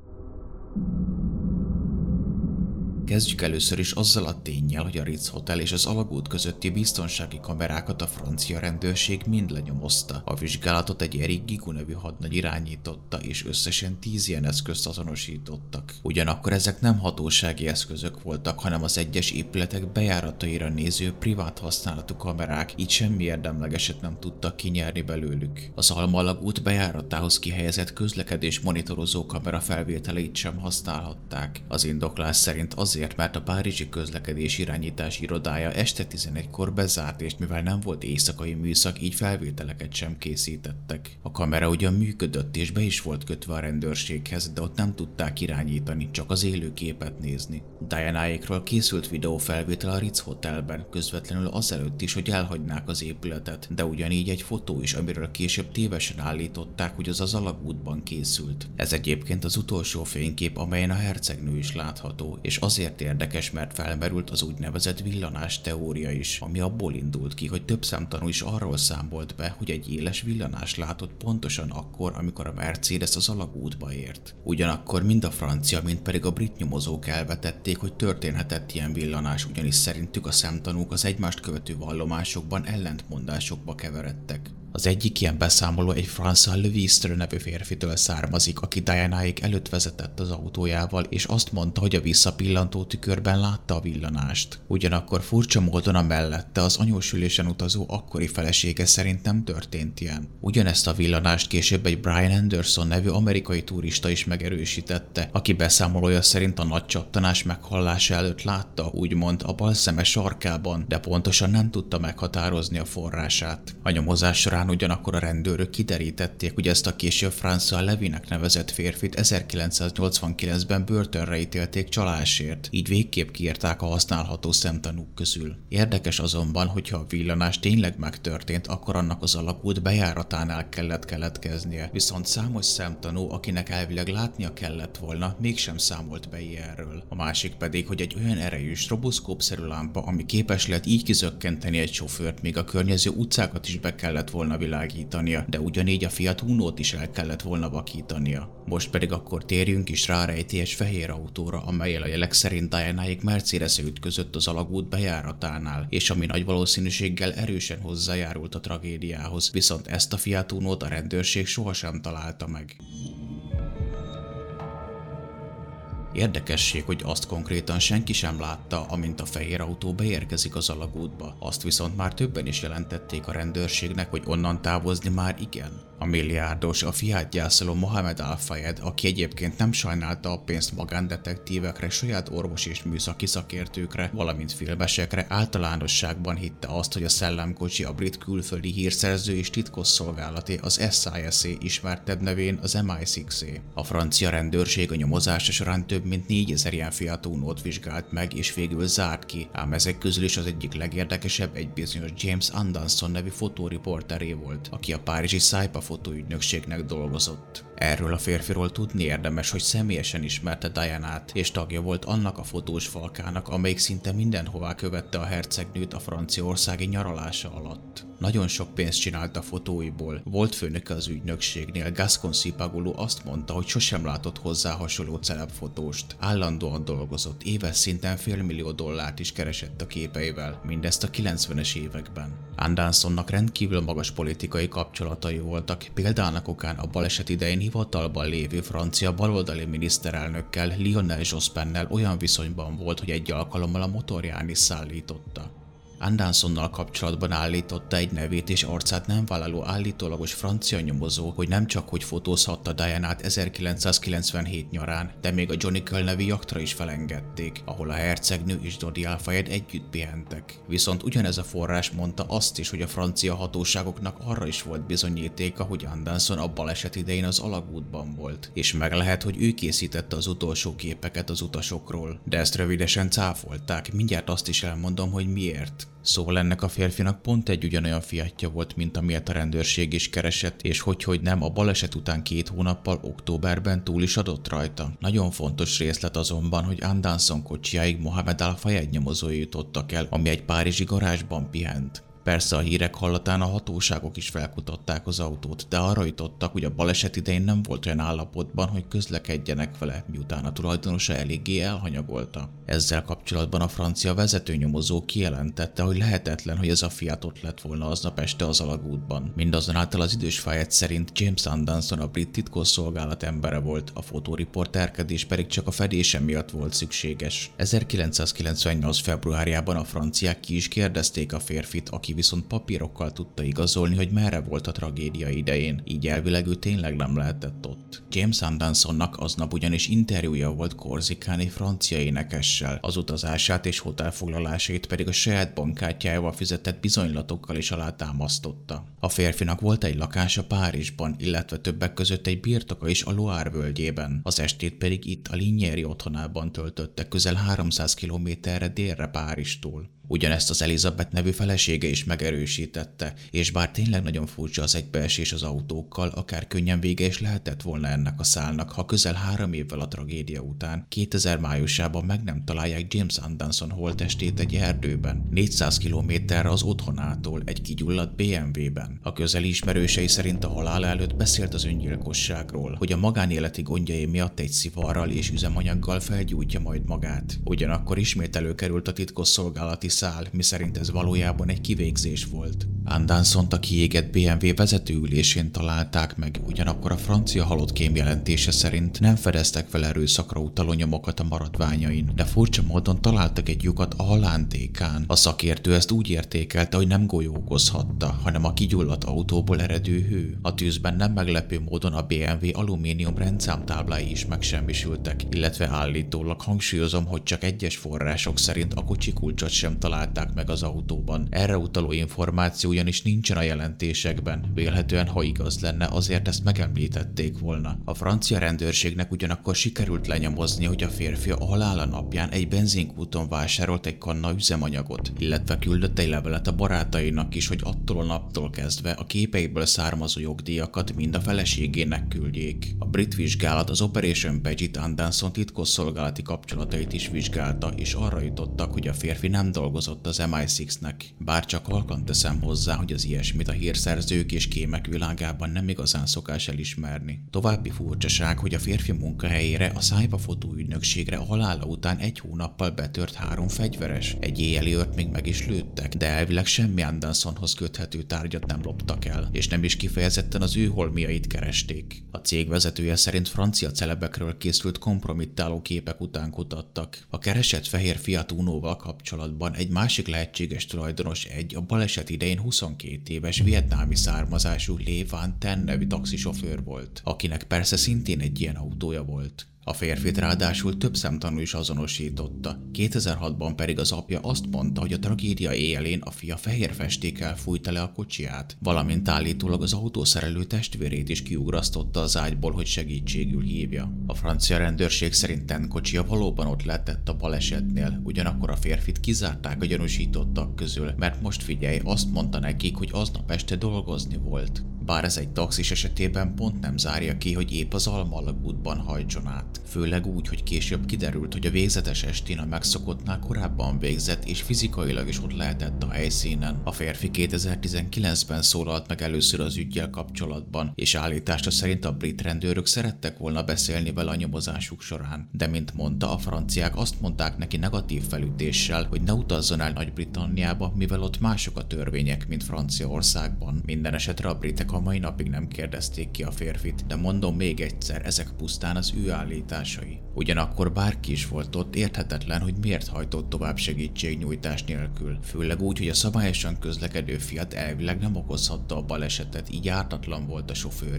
Kezdjük először is azzal a ténnyel, hogy a Ritz Hotel és az alagút közötti biztonsági kamerákat a francia rendőrség mind lenyomozta. A vizsgálatot egy Eric Gigoux nevű hadnagy irányította, és összesen tíz ilyen eszközt azonosítottak. Ugyanakkor ezek nem hatósági eszközök voltak, hanem az egyes épületek bejárataira néző privát használatú kamerák, így semmi érdemlegeset nem tudtak kinyerni belőlük. Az Alma alagút bejáratához kihelyezett közlekedés monitorozó kamera felvételeit sem használhatták. Az indoklás szerint azért, mert a párizsi közlekedés irányítás irodája este tizenegykor bezárt, és mivel nem volt éjszakai műszak, így felvételeket sem készítettek. A kamera ugyan működött és be is volt kötve a rendőrséghez, de ott nem tudták irányítani, csak az élő képet nézni. Dianáékról készült videófelvétel a Ritz Hotelben, közvetlenül azelőtt is, hogy elhagynák az épületet, de ugyanígy egy fotó is, amiről később tévesen állították, hogy az az alagútban készült. Ez egyébként az utolsó fénykép, amelyen a hercegnő is látható, és azért érdekes, mert felmerült az úgynevezett villanás teória is, ami abból indult ki, hogy több szemtanú is arról számolt be, hogy egy éles villanás látott pontosan akkor, amikor a Mercedes az alagútba ért. Ugyanakkor mind a francia, mind pedig a brit nyomozók elvetették, hogy történhetett ilyen villanás, ugyanis szerintük a szemtanúk az egymást követő vallomásokban ellentmondásokba keveredtek. Az egyik ilyen beszámoló egy François Levistre nevű férfitől származik, aki Dianáék előtt vezetett az autójával, és azt mondta, hogy a visszapillantó tükörben látta a villanást. Ugyanakkor furcsa módon a mellette az anyósülésen utazó akkori felesége szerint nem történt ilyen. Ugyanezt a villanást később egy Brian Anderson nevű amerikai turista is megerősítette, aki beszámolója szerint a nagy csattanás meghallása előtt látta, úgymond a bal szeme sarkában, de pontosan nem tudta meghatározni a forrását. A nyomozás során ugyanakkor a rendőrök kiderítették, hogy ezt a később François Levinek nevezett férfit ezerkilencszáznyolcvankilencben börtönre ítélték csalásért, így végképp kiírták a használható szemtanúk közül. Érdekes azonban, hogyha a villanás tényleg megtörtént, akkor annak az alagút bejáratánál kellett keletkeznie, viszont számos szemtanú, akinek elvileg látnia kellett volna, mégsem számolt be ilyenről. A másik pedig, hogy egy olyan erejű stroboszkópszerű lámpa, ami képes lett így kizökkenteni egy sofőrt, még a környező utcákat is be kellett volna világítania, de ugyanígy a Fiat Unót is el kellett volna vakítania. Most pedig akkor térjünk is rá rejtélyes fehér autóra, amellyel a jelek szerint Dianáék Mercedes-e ütközött az alagút bejáratánál, és ami nagy valószínűséggel erősen hozzájárult a tragédiához, viszont ezt a Fiat Unót a rendőrség sohasem találta meg. Érdekesség, hogy azt konkrétan senki sem látta, amint a fehér autó beérkezik az alagútba. Azt viszont már többen is jelentették a rendőrségnek, hogy onnan távozni már igen. A milliárdos, a Fiat gyászoló Mohamed Al-Fayed, aki egyébként nem sajnálta a pénzt magándetektívekre, saját orvos és műszaki szakértőkre, valamint filmesekre, általánosságban hitte azt, hogy a szellemkocsi a brit külföldi hírszerző és titkosszolgálaté, az es i es-é, ismertebb nevén az em i hat-é. A francia rendőrség a nyomozása során több mint négyezer ilyen Fiat Unót vizsgált meg, és végül zárt ki, ám ezek közül is az egyik legérdekesebb egy bizonyos James Anderson nevű fotóriporteré volt, aki a párizsi Saipa fotóügynökségnek dolgozott. Erről a férfiról tudni érdemes, hogy személyesen ismerte Dianát, és tagja volt annak a fotós falkának, amelyik szinte mindenhová követte a hercegnőt a franciaországi nyaralása alatt. Nagyon sok pénzt csinált a fotóiból. Volt főnöke az ügynökségnél, Gascon Sipagolo azt mondta, hogy sosem látott hozzá hasonló celebfotóst. Állandóan dolgozott, éves szinten félmillió dollárt is keresett a képeivel, mindezt a kilencvenes években. Andersonnak rendkívül magas politikai kapcsolatai voltak, példának okán a baleset idején hivatalban lévő francia baloldali miniszterelnökkel, Lionel Jospennel olyan viszonyban volt, hogy egy alkalommal a motorján is szállította. Andersonnal kapcsolatban állította egy nevét és arcát nem vállaló állítólagos francia nyomozó, hogy nem csak hogy fotózhatta Dianát ezerkilencszázkilencvenhét nyarán, de még a Johnny nevű jachtra is felengedték, ahol a hercegnő és Dodi Al-Fayed együtt pihentek. Viszont ugyanez a forrás mondta azt is, hogy a francia hatóságoknak arra is volt bizonyítéka, hogy Anderson a baleset idején az alagútban volt, és meg lehet, hogy ő készítette az utolsó képeket az utasokról. De ezt rövidesen cáfolták, mindjárt azt is elmondom, hogy miért. Szóval ennek a férfinak pont egy ugyanolyan Fiatja volt, mint amilyet a rendőrség is keresett, és hogyhogy nem, a baleset után két hónappal októberben túl is adott rajta. Nagyon fontos részlet azonban, hogy Anderson kocsiáig Mohamed Al-Fayed nyomozói jutottak el, ami egy párizsi garázsban pihent. Persze a hírek hallatán a hatóságok is felkutatták az autót, de arra jutottak, hogy a baleset idején nem volt olyan állapotban, hogy közlekedjenek vele, miután a tulajdonosa eléggé elhanyagolta. Ezzel kapcsolatban a francia vezetőnyomozó kijelentette, hogy lehetetlen, hogy ez a Fiat ott lett volna aznap este az alagútban. Mindazonáltal az idős Fayed szerint James Anderson a brit titkosszolgálat embere volt, a fotóriporterkedés pedig csak a fedése miatt volt szükséges. ezerkilencszázkilencvennyolc februárjában a franciák ki is kérdezték a férfit, aki viszont papírokkal tudta igazolni, hogy merre volt a tragédia idején, így elvileg ő tényleg nem lehetett ott. James Andersonnak aznap ugyanis interjúja volt korzikáni francia énekessel, az utazását és hotelfoglalásait pedig a saját bankkártyájával fizetett bizonylatokkal is alátámasztotta. A férfinak volt egy lakása Párizsban, illetve többek között egy birtoka is a Loire völgyében, az estét pedig itt a Lignyeri otthonában töltötte közel háromszáz kilométerre délre Párizstól. Ugyanezt az Elizabeth nevű felesége is megerősítette, és bár tényleg nagyon furcsa az egybeesés az autókkal, akár könnyen vége is lehetett volna ennek a szálnak, ha közel három évvel a tragédia után, kétezer májusában meg nem találják James Anderson holttestét egy erdőben, négyszáz kilométerre az otthonától, egy kigyulladt bé em vé-ben. A közeli ismerősei szerint a halála előtt beszélt az öngyilkosságról, hogy a magánéleti gondjai miatt egy szivarral és üzemanyaggal felgyújtja majd magát. Ugyanakkor ismét előkerült a titkosszolgálati szál, miszerint ez valójában egy kivégzés volt. Andersont a kiégett bé em vé vezetőülésén találták meg, ugyanakkor a francia halott kém jelentése szerint nem fedeztek fel erőszakra utaló nyomokat a maradványain, de furcsa módon találtak egy lyukat a halántékán. A szakértő ezt úgy értékelte, hogy nem golyó okozhatta, hanem a kigyulladt autóból eredő hő. A tűzben nem meglepő módon a bé em vé alumínium rendszámtáblái is megsemmisültek, illetve állítólag hangsúlyozom, hogy csak egyes források szerint a kocsi kulcsot sem találták meg az autóban. Erre utaló információ ugyanis nincsen a jelentésekben, vélhetően ha igaz lenne, azért ezt megemlítették volna. A francia rendőrségnek ugyanakkor sikerült lenyomozni, hogy a férfi a halála napján egy benzinkúton vásárolt egy kanna üzemanyagot, illetve küldött egy levelet a barátainak is, hogy attól a naptól kezdve a képeiből származó jogdíjakat mind a feleségének küldjék. A brit vizsgálat az Operation Paget Anderson titkosszolgálati kapcsolatait is vizsgálta, és arra jutottak, hogy a férfi nem dolgozott az em i hatnak. Bár csak halkan teszem hozzá, hogy az ilyesmit a hírszerzők és kémek világában nem igazán szokás elismerni. További furcsaság, hogy a férfi munkahelyére, a Szájva fotóügynökségre a halála után egy hónappal betört három fegyveres. Egy éjjeli őrt még meg is lőttek, de elvileg semmi Andersonhoz köthető tárgyat nem loptak el, és nem is kifejezetten az ő holmiait keresték. A cég vezetője szerint francia celebekről készült kompromittáló képek után kutattak. A keresett fehér Fiat Unoval kapcsolatban egy másik lehetséges tulajdonos egy a baleset idején huszonkét éves vietnámi származású Le Van Ten nevű taxisofőr volt, akinek persze szintén egy ilyen autója volt. A férfit ráadásul több szemtanú is azonosította, kétezer-hatban pedig az apja azt mondta, hogy a tragédia éjjelén a fia fehér festékkel fújta le a kocsiját, valamint állítólag az autószerelő testvérét is kiugrasztotta az ágyból, hogy segítségül hívja. A francia rendőrség szerint Ten kocsija valóban ott lehetett a balesetnél, ugyanakkor a férfit kizárták a gyanúsítottak közül, mert most figyelj, azt mondta nekik, hogy aznap este dolgozni volt. Bár ez egy taxis esetében pont nem zárja ki, hogy épp az Alma alagútban hajtson át. Főleg úgy, hogy később kiderült, hogy a végzetes estén a megszokottnál korábban végzett és fizikailag is ott lehetett a helyszínen. A férfi kétezer-tizenkilencben szólalt meg először az üggyel kapcsolatban, és állítása szerint a brit rendőrök szerettek volna beszélni vele a nyomozásuk során. De mint mondta, a franciák azt mondták neki negatív felütéssel, hogy ne utazzon el Nagy-Britanniába, mivel ott mások a törvények, mint Franciaországban. Minden esetre a britek a mai napig nem kérdezték ki a férfit, de mondom még egyszer, ezek pusztán az ő állításai. Ugyanakkor bárki is volt ott, érthetetlen, hogy miért hajtott tovább segítségnyújtás nélkül. Főleg úgy, hogy a szabályosan közlekedő Fiat elvileg nem okozhatta a balesetet, így ártatlan volt a sofőrje.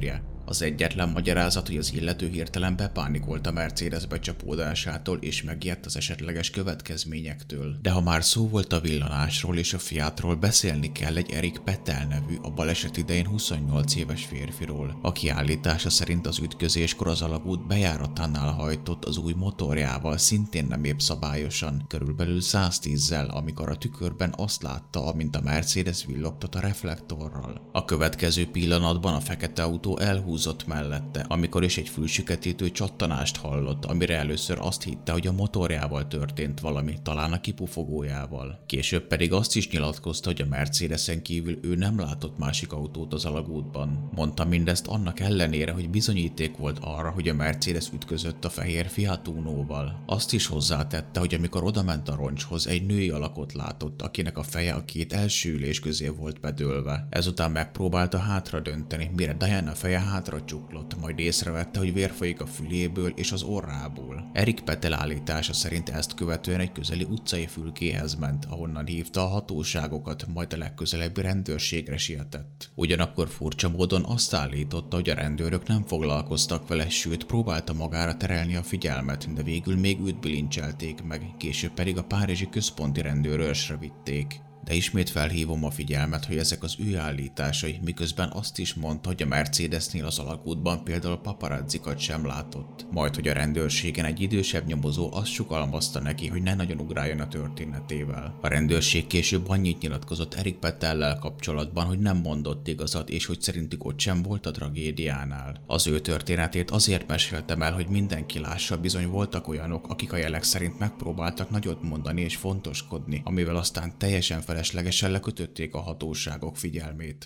Az egyetlen magyarázat, hogy az illető hirtelen bepánikolt a Mercedes becsapódásától és megijedt az esetleges következményektől. De ha már szó volt a villanásról és a Fiatról, beszélni kell egy Eric Petel nevű, a baleset idején huszonnyolc éves férfiról, aki állítása szerint az ütközéskor az alagút bejáratánál hajtott az új motorjával, szintén nem épp szabályosan, körülbelül száztízzel, amikor a tükörben azt látta, amint a Mercedes villogtat a reflektorral. A következő pillanatban a fekete autó elhúzott mellette, amikor is egy fülsüketítő csattanást hallott, amire először azt hitte, hogy a motorjával történt valami, talán a kipufogójával. Később pedig azt is nyilatkozta, hogy a Mercedesen kívül ő nem látott másik autót az alagútban. Mondta mindezt annak ellenére, hogy bizonyíték volt arra, hogy a Mercedes ütközött a fehér Fiat Unóval. Azt is hozzátette, hogy amikor odament a roncshoz, egy női alakot látott, akinek a feje a két első ülés közé volt bedőlve. Ezután megpróbálta hátra dönteni, mire Diana feje hátra csuklott, majd észrevette, hogy vér folyik a füléből és az orrából. Eric Petel állítása szerint ezt követően egy közeli utcai fülkéhez ment, ahonnan hívta a hatóságokat, majd a legközelebbi rendőrségre sietett. Ugyanakkor furcsa módon azt állította, hogy a rendőrök nem foglalkoztak vele, sőt próbálta magára terelni a figyelmet, de végül még őt bilincselték meg, később pedig a párizsi központi rendőrőrsre vitték. De ismét felhívom a figyelmet, hogy ezek az ő állításai, miközben azt is mondta, hogy a Mercedesnél az alagútban például paparazzikat sem látott. Majd, hogy a rendőrségen egy idősebb nyomozó azt sugalmazta neki, hogy ne nagyon ugráljon a történetével. A rendőrség később annyit nyilatkozott Eric Petellel kapcsolatban, hogy nem mondott igazat, és hogy szerintük ott sem volt a tragédiánál. Az ő történetét azért meséltem el, hogy mindenki lássa, bizony voltak olyanok, akik a jelek szerint megpróbáltak nagyot mondani és fontoskodni, amivel aztán teljesen feleslegesen lekötötték a hatóságok figyelmét.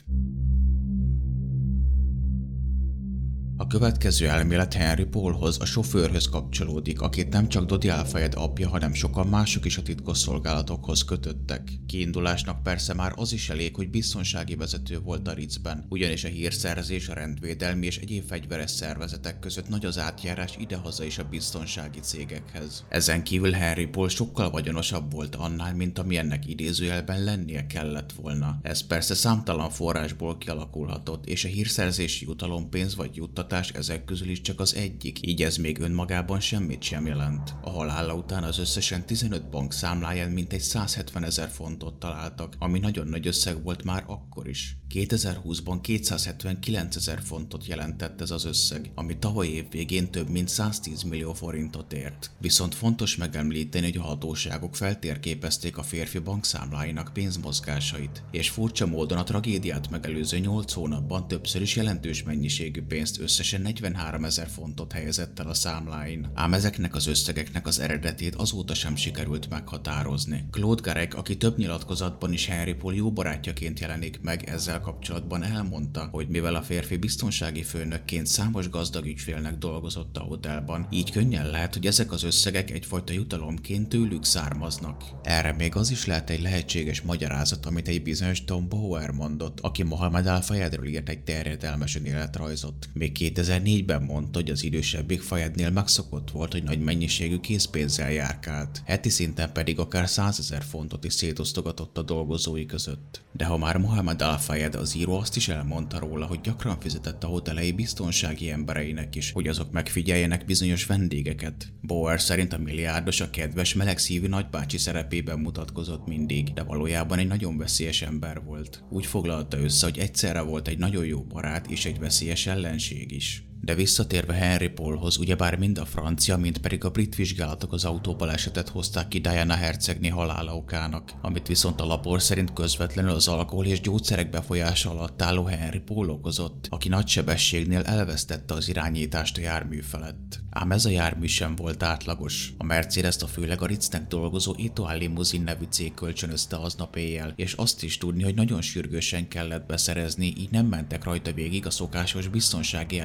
A következő elmélet Henry Paulhoz, a sofőrhöz kapcsolódik, akit nem csak Dodi Al-Fayed apja, hanem sokan mások is a titkosszolgálatokhoz kötöttek. Kiindulásnak persze már az is elég, hogy biztonsági vezető volt a Ritzben, ugyanis a hírszerzés, a rendvédelmi és egyéb fegyveres szervezetek között nagy az átjárás idehaza is a biztonsági cégekhez. Ezen kívül Henry Paul sokkal vagyonosabb volt annál, mint ami ennek idézőjelben lennie kellett volna. Ez persze számtalan forrásból kialakulhatott, és a hírszerzési jutalom, pénz vagy juttatás ezek közül is csak az egyik, így ez még önmagában semmit sem jelent. A halála után az összesen tizenöt bank számláján mintegy százhetvenezer fontot találtak, ami nagyon nagy összeg volt már akkor is. kétezer-húszban kétszázhetvenkilencezer fontot jelentett ez az összeg, ami tavaly év végén több mint száztíz millió forintot ért. Viszont fontos megemlíteni, hogy a hatóságok feltérképezték a férfi bankszámláinak pénzmozgásait, és furcsa módon a tragédiát megelőző nyolc hónapban többször is jelentős mennyiségű pénzt, összesen negyvenháromezer fontot helyezett el a számláin. Ám ezeknek az összegeknek az eredetét azóta sem sikerült meghatározni. Claude Garek, aki több nyilatkozatban is Henry Paul jó barátjaként jelenik meg, ezzel kapcsolatban elmondta, hogy mivel a férfi biztonsági főnökként számos gazdag ügyfélnek dolgozott a hotelban, így könnyen lehet, hogy ezek az összegek egyfajta jutalomként tőlük származnak. Erre még az is lehet egy lehetséges magyarázat, amit egy bizonyos Tom Bauer mondott, aki Mohamed Al-Fayedről írt egy terjedelmes önéletrajzot. Még kétezer-négyben mondta, hogy az idősebbik Fayednél megszokott volt, hogy nagy mennyiségű készpénzzel járkált, heti szinten pedig akár százezer fontot is szétosztogatott a dolgozói között. De ha már Mohamed Al-Fayed, az író azt is elmondta róla, hogy gyakran fizetett a hotelei biztonsági embereinek is, hogy azok megfigyeljenek bizonyos vendégeket. Bauer szerint a milliárdos a kedves, melegszívű nagybácsi szerepében mutatkozott mindig, de valójában egy nagyon veszélyes ember volt. Úgy foglalta össze, hogy egyszerre volt egy nagyon jó barát és egy veszélyes ellenség is. De visszatérve Henry Paulhoz, ugyebár mind a francia, mind pedig a brit vizsgálatok az autóbalesetet hozták ki Diana hercegné halála okának, amit viszont a labor szerint közvetlenül az alkohol és gyógyszerek befolyása alatt álló Henry Paul okozott, aki nagy sebességnél elvesztette az irányítást a jármű felett. Ám ez a jármű sem volt átlagos. A Mercedes-t a főleg a Ritznek dolgozó Etoile Limousine nevű cég kölcsönözte aznap éjjel, és azt is tudni, hogy nagyon sürgősen kellett beszerezni, így nem mentek rajta végig a szokásos biztonsági ellenőrzés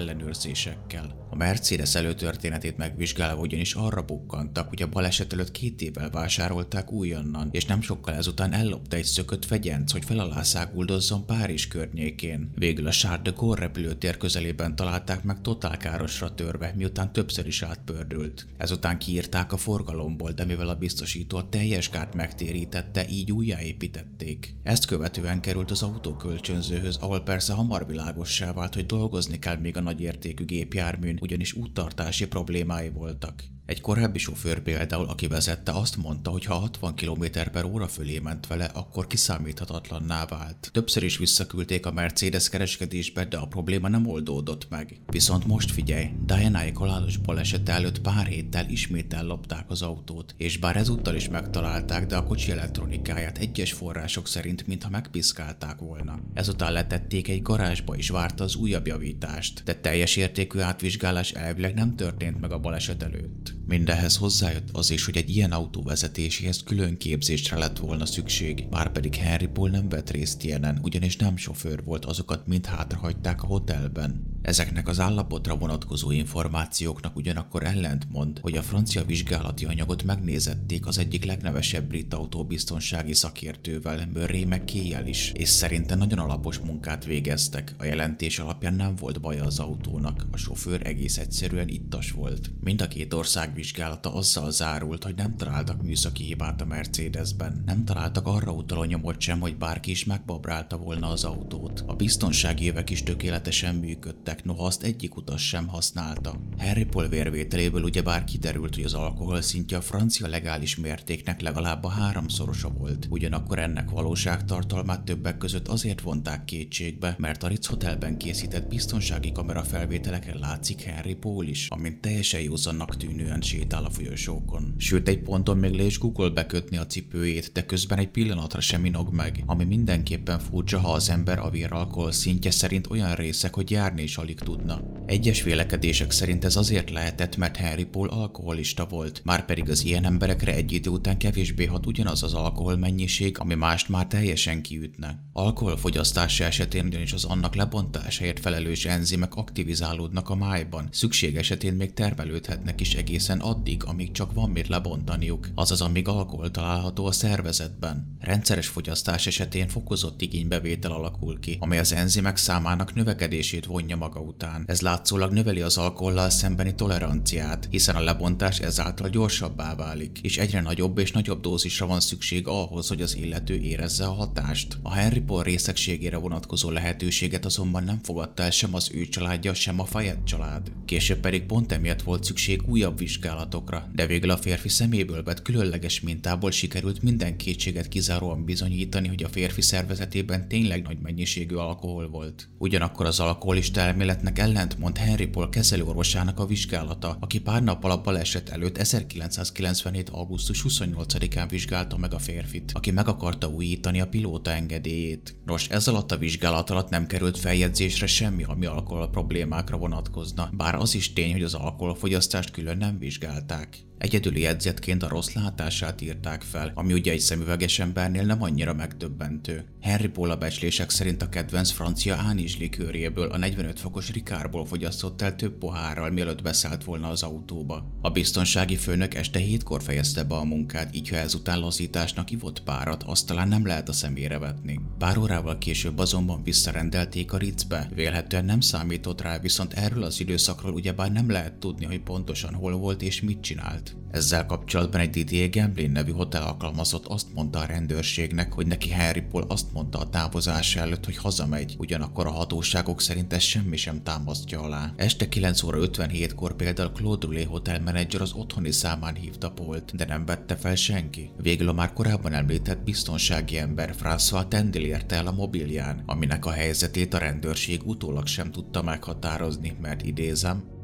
visszajelzésekkel. A Mercedes előtörténetét megvizsgálva ugyanis arra bukkantak, hogy a baleset előtt két évvel vásárolták újonnan, és nem sokkal ezután ellopta egy szökött fegyenc, hogy fel alá száguldozzon Párizs környékén. Végül a Charles de Gaulle repülőtér közelében találták meg totálkárosra törve, miután többször is átpördült. Ezután kiírták a forgalomból, de mivel a biztosító a teljes kárt megtérítette, így újjáépítették. Ezt követően került az autókölcsönzőhöz, ahol persze hamar világossá vált, hogy dolgozni kell még a nagyértékű gépjárműn, ugyanis úttartási problémái voltak. Egy korábbi sofőr például, aki vezette, azt mondta, hogy ha hatvan kilométer per óra fölé ment vele, akkor kiszámíthatatlanná vált. Többször is visszaküldték a Mercedes kereskedésbe, de a probléma nem oldódott meg. Viszont most figyelj, Diana-ék halálos balesete előtt pár héttel ismét ellopták az autót, és bár ezúttal is megtalálták, de a kocsi elektronikáját egyes források szerint mintha megpiszkálták volna. Ezután letették egy garázsba és várta az újabb javítást, de teljes értékű átvizsgálás elvileg nem történt meg a baleset előtt. Mindehhez hozzájött az is, hogy egy ilyen autó vezetéséhez külön képzésre lett volna szükség, márpedig Henry Paul nem vett részt ilyenen, ugyanis nem sofőr volt, azokat mind hátrahagyták a hotelben. Ezeknek az állapotra vonatkozó információknak ugyanakkor ellentmond, hogy a francia vizsgálati anyagot megnézették az egyik legnevesebb brit autóbiztonsági szakértővel, Murray McKay-jel is, és szerinte nagyon alapos munkát végeztek. A jelentés alapján nem volt baja az autónak, a sofőr egész egyszerűen ittas volt. Mind a két ország vizsgálata azzal zárult, hogy nem találtak műszaki hibát a Mercedesben. Nem találtak arra utaló nyomot sem, hogy bárki is megbabrálta volna az autót. A biztonsági évek is tökéletesen működtek, noha azt egyik utas sem használta. Henry Paul vérvételéből ugyebár kiderült, hogy az alkohol szintje a francia legális mértéknek legalább a háromszorosa volt. Ugyanakkor ennek valóságtartalmát többek között azért vonták kétségbe, mert a Ritz Hotelben készített biztonsági kamerafelvételeken látszik Henry Paul is, amint teljesen józannak tűnően sétál a folyosókon. Sőt, egy ponton még le is Google bekötni a cipőjét, de közben egy pillanatra sem inog meg, ami mindenképpen furcsa, ha az ember a véralkohol szintje szerint olyan részek, hogy járni is alig tudna. Egyes vélekedések szerint ez azért lehetett, mert Henry Paul alkoholista volt, márpedig az ilyen emberekre egy idő után kevésbé hat ugyanaz az alkohol mennyiség, ami mást már teljesen kiütne. Alkoholfogyasztása esetén ugyanis az annak lebontásáért felelős enzimek aktivizálódnak a májban, szükség esetén még termelődhetnek is egészen addig, amíg csak van mit lebontaniuk, azaz amíg alkohol található a szervezetben. Rendszeres fogyasztás esetén fokozott igénybevétel alakul ki, amely az enzimek számának növekedését vonja maga után. Ez látszólag növeli az alkohollal szembeni toleranciát, hiszen a lebontás ezáltal gyorsabbá válik, és egyre nagyobb és nagyobb dózisra van szükség ahhoz, hogy az illető érezze a hatást. A Henry Paul részegségére vonatkozó lehetőséget azonban nem fogadta el sem az ő családja, sem a Fayette család. Később pedig pont emiatt volt szükség újabb vizsgálatokra, de végül a férfi szeméből vett különleges mintából sikerült minden kétséget kizáróan bizonyítani, hogy a férfi szervezetében tényleg nagy mennyiségű alkohol volt. Ugyanakkor az alkoholista elméletnek ellentmond Henry Paul kezelőorvosának a vizsgálata, aki pár nappal a baleset előtt ezerkilencszázkilencvenhét. augusztus huszonnyolcadikán vizsgálta meg a férfit, aki meg akarta újítani a pilóta engedélyét. Nos, ez alatt a vizsgálat alatt nem került feljegyzésre semmi, ami alkohol problémákra vonatkozna, bár az is tény, hogy az alkoholfogyasztást külön nem vizsgálták. Egyedüli jegyzetként a rossz látását írták fel, ami ugye egy szemüveges embernél nem annyira megdöbbentő. Henry Paul a becslések szerint a kedvenc francia ánizs likőrjéből, a negyvenöt fokos rikárból fogyasztott el több pohárral, mielőtt beszállt volna az autóba. A biztonsági főnök este hétkor fejezte be a munkát, így ha ezután lazításnak ivott párat, azt talán nem lehet a szemére vetni. Pár órával később azonban visszarendelték a Ritzbe, vélhetően nem számított rá, viszont erről az időszakról ugyebár nem lehet tudni, hogy pontosan hol volt és mit csinált. Ezzel kapcsolatban egy Didier Gamblin nevű hotel alkalmazott azt mondta a rendőrségnek, hogy neki Henry Paul azt mondta a távozása előtt, hogy hazamegy, ugyanakkor a hatóságok szerint ez semmi sem támasztja alá. Este kilenc óra ötvenhétkor például Claude Roulet hotelmenedzser az otthoni számán hívta Pault, de nem vette fel senki. Végül a már korábban említett biztonsági ember François Tendil érte el a mobilján, aminek a helyzetét a rendőrség utólag sem tudta meghatározni, mert idézem,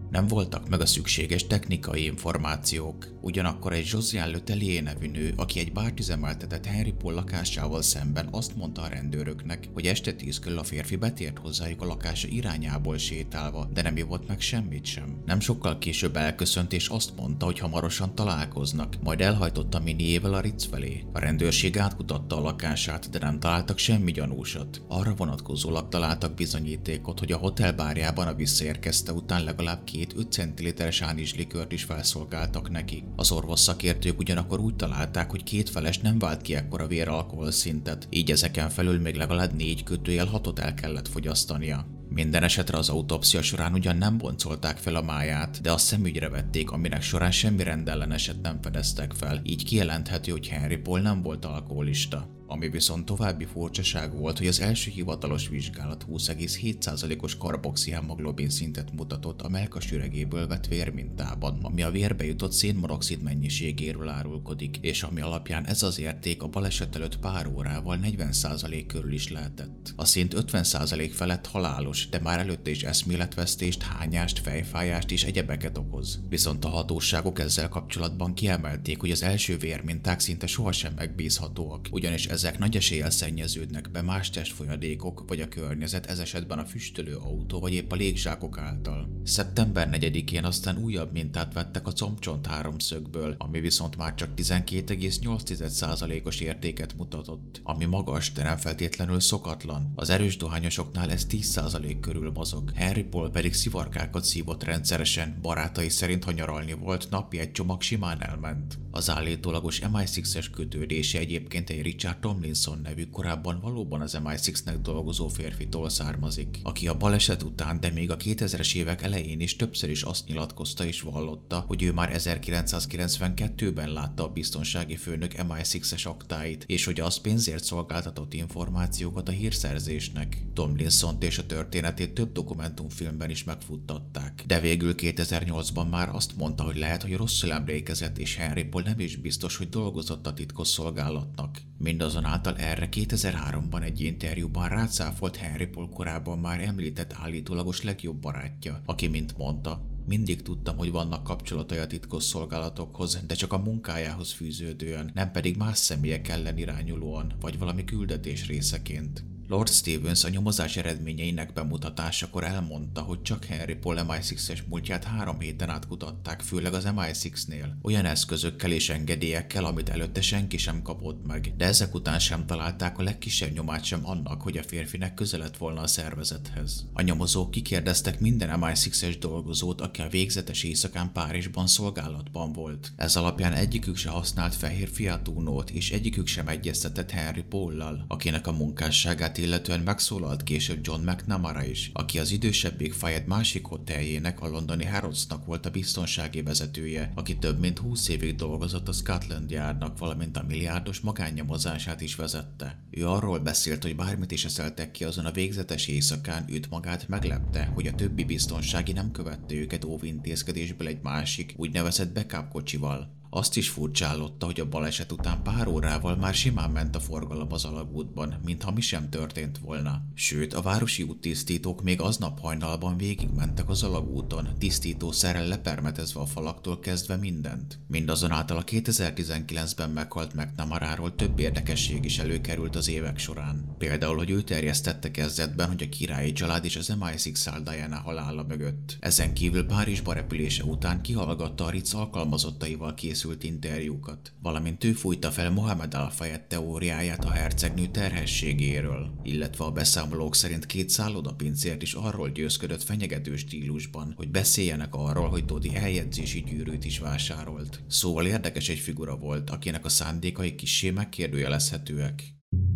Nem voltak meg a szükséges technikai információk, ugyanakkor egy Josiane Le Tellier nevű nő, aki egy bárt üzemeltetett Henry Paul lakásával szemben, azt mondta a rendőröknek, hogy este tíz körül a férfi betért hozzájuk a lakása irányából sétálva, de nem ivott meg semmit sem. Nem sokkal később elköszönt és azt mondta, hogy hamarosan találkoznak, majd elhajtott a miniével a Ritz felé. A rendőrség átkutatta a lakását, de nem találtak semmi gyanúsat. Arra vonatkozólag találtak bizonyítékot, hogy a hotel bárjában a visszaérkezte után legalább két öt centiliteres ánizslikört is felszolgáltak neki. Az orvos szakértők ugyanakkor úgy találták, hogy két feles nem vált ki ekkora véralkohol szintet, így ezeken felül még legalább négy kötőjel hatot el kellett fogyasztania. Minden esetre az autópszia során ugyan nem boncolták fel a máját, de a szemügyre vették, aminek során semmi rendelleneset nem fedeztek fel, így kijelenthető, hogy Henry Paul nem volt alkoholista. Ami viszont további furcsaság volt, hogy az első hivatalos vizsgálat húsz egész hét százalékos karboxihemoglobin szintet mutatott a mellkas üregéből vett vérmintában, ami a vérbe jutott szénmonoxid mennyiségéről árulkodik, és ami alapján ez az érték a baleset előtt pár órával negyven százalék körül is lehetett. A szint ötven százalék felett halálos, de már előtte is eszméletvesztést, hányást, fejfájást és egyebeket okoz. Viszont a hatóságok ezzel kapcsolatban kiemelték, hogy az első vérminták szinte sohasem megbízhatóak, ugyanis ezek nagy eséllyel szennyeződnek be más testfolyadékok vagy a környezet, ez esetben a füstölő autó vagy épp a légzsákok által. szeptember negyedikén aztán újabb mintát vettek a combcsont háromszögből, ami viszont már csak tizenkét egész nyolc százalékos értéket mutatott, ami magas, de nem feltétlenül szokatlan. Az erős dohányosoknál ez tíz százalék körül mozog. Henry Paul pedig szivarkákat szívott rendszeresen, barátai szerint ha nyaralni volt, napi egy csomag simán elment. Az állítólagos em i hatos kötődése egyébként egy Richard Tomlinson nevű korábban valóban az em i hatnak dolgozó férfitól származik, aki a baleset után, de még a kétezres évek elején is többször is azt nyilatkozta és vallotta, hogy ő már ezerkilencszázkilencvenkettőben látta a biztonsági főnök em i hatos aktáit, és hogy az pénzért szolgáltatott információkat a hírszerzésnek. Tomlinsont és a történetét több dokumentumfilmben is megfuttatták, de végül kétezer-nyolcban már azt mondta, hogy lehet, hogy rosszul emlékezett, és Henry Paul nem is biztos, hogy dolgozott a titkosszolgálatnak. Mindazonáltal erre kétezer-háromban egy interjúban rácáfolt Henry Paul korábban már említett állítólagos legjobb barátja, aki mint mondta, mindig tudtam, hogy vannak kapcsolatai a titkosszolgálatokhoz, de csak a munkájához fűződően, nem pedig más személyek ellen irányulóan, vagy valami küldetés részeként. Lord Stevens a nyomozás eredményeinek bemutatásakor elmondta, hogy csak Henry Paul em i hatos múltját három héten át kutatták, főleg az em i hatosnél, olyan eszközökkel és engedélyekkel, amit előtte senki sem kapott meg, de ezek után sem találták a legkisebb nyomát sem annak, hogy a férfinek köze lett volna a szervezethez. A nyomozók kikérdeztek minden em i hatos dolgozót, aki a végzetes éjszakán Párizsban szolgálatban volt. Ez alapján egyikük se használt fehér Fiat Unót, és egyikük sem egyeztetett Henry Paullal, akinek a munkásságát illetően megszólalt később John McNamara is, aki az idősebbik Fayette másik hoteljének, a londoni Harrodsnak volt a biztonsági vezetője, aki több mint húsz évig dolgozott a Scotland Yardnak, valamint a milliárdos magánnyomozását is vezette. Ő arról beszélt, hogy bármit is eszeltek ki azon a végzetes éjszakán, őt magát meglepte, hogy a többi biztonsági nem követte őket óvintézkedésből egy másik, úgynevezett backup kocsival. Azt is furcsálotta, hogy a baleset után pár órával már simán ment a forgalom az alagútban, mintha mi sem történt volna. Sőt, a városi úttisztítók még aznap hajnalban végigmentek az alagúton, tisztítószerrel lepermetezve a falaktól kezdve mindent. Mindazonáltal a kétezer-tizenkilencben meghalt McNamararól több érdekesség is előkerült az évek során. Például, hogy ő terjesztette kezdetben, hogy a királyi család és az em i hatos áll Diana halála mögött. Ezen kívül Párizsba repülése után kihallgatta a Ritz alkalmazottaival készült interjúkat, valamint ő fújta fel Mohamed Al-Fayed teóriáját a hercegnő terhességéről, illetve a beszámolók szerint két szállodapincért is arról győzködött fenyegető stílusban, hogy beszéljenek arról, hogy Dodi eljegyzési gyűrűt is vásárolt. Szóval érdekes egy figura volt, akinek a szándékai kissé megkérdőjelezhetőek.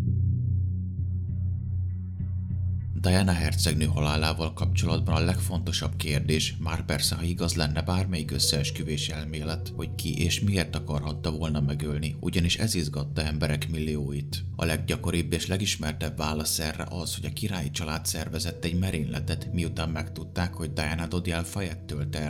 Diana hercegnő halálával kapcsolatban a legfontosabb kérdés, már persze ha igaz lenne bármelyik összeesküvés elmélet, hogy ki és miért akarhatta volna megölni, ugyanis ez izgatta emberek millióit. A leggyakoribb és legismertebb válasz erre az, hogy a királyi család szervezett egy merényletet, miután megtudták, hogy Diana Dodi Al-Fayedtől terhes.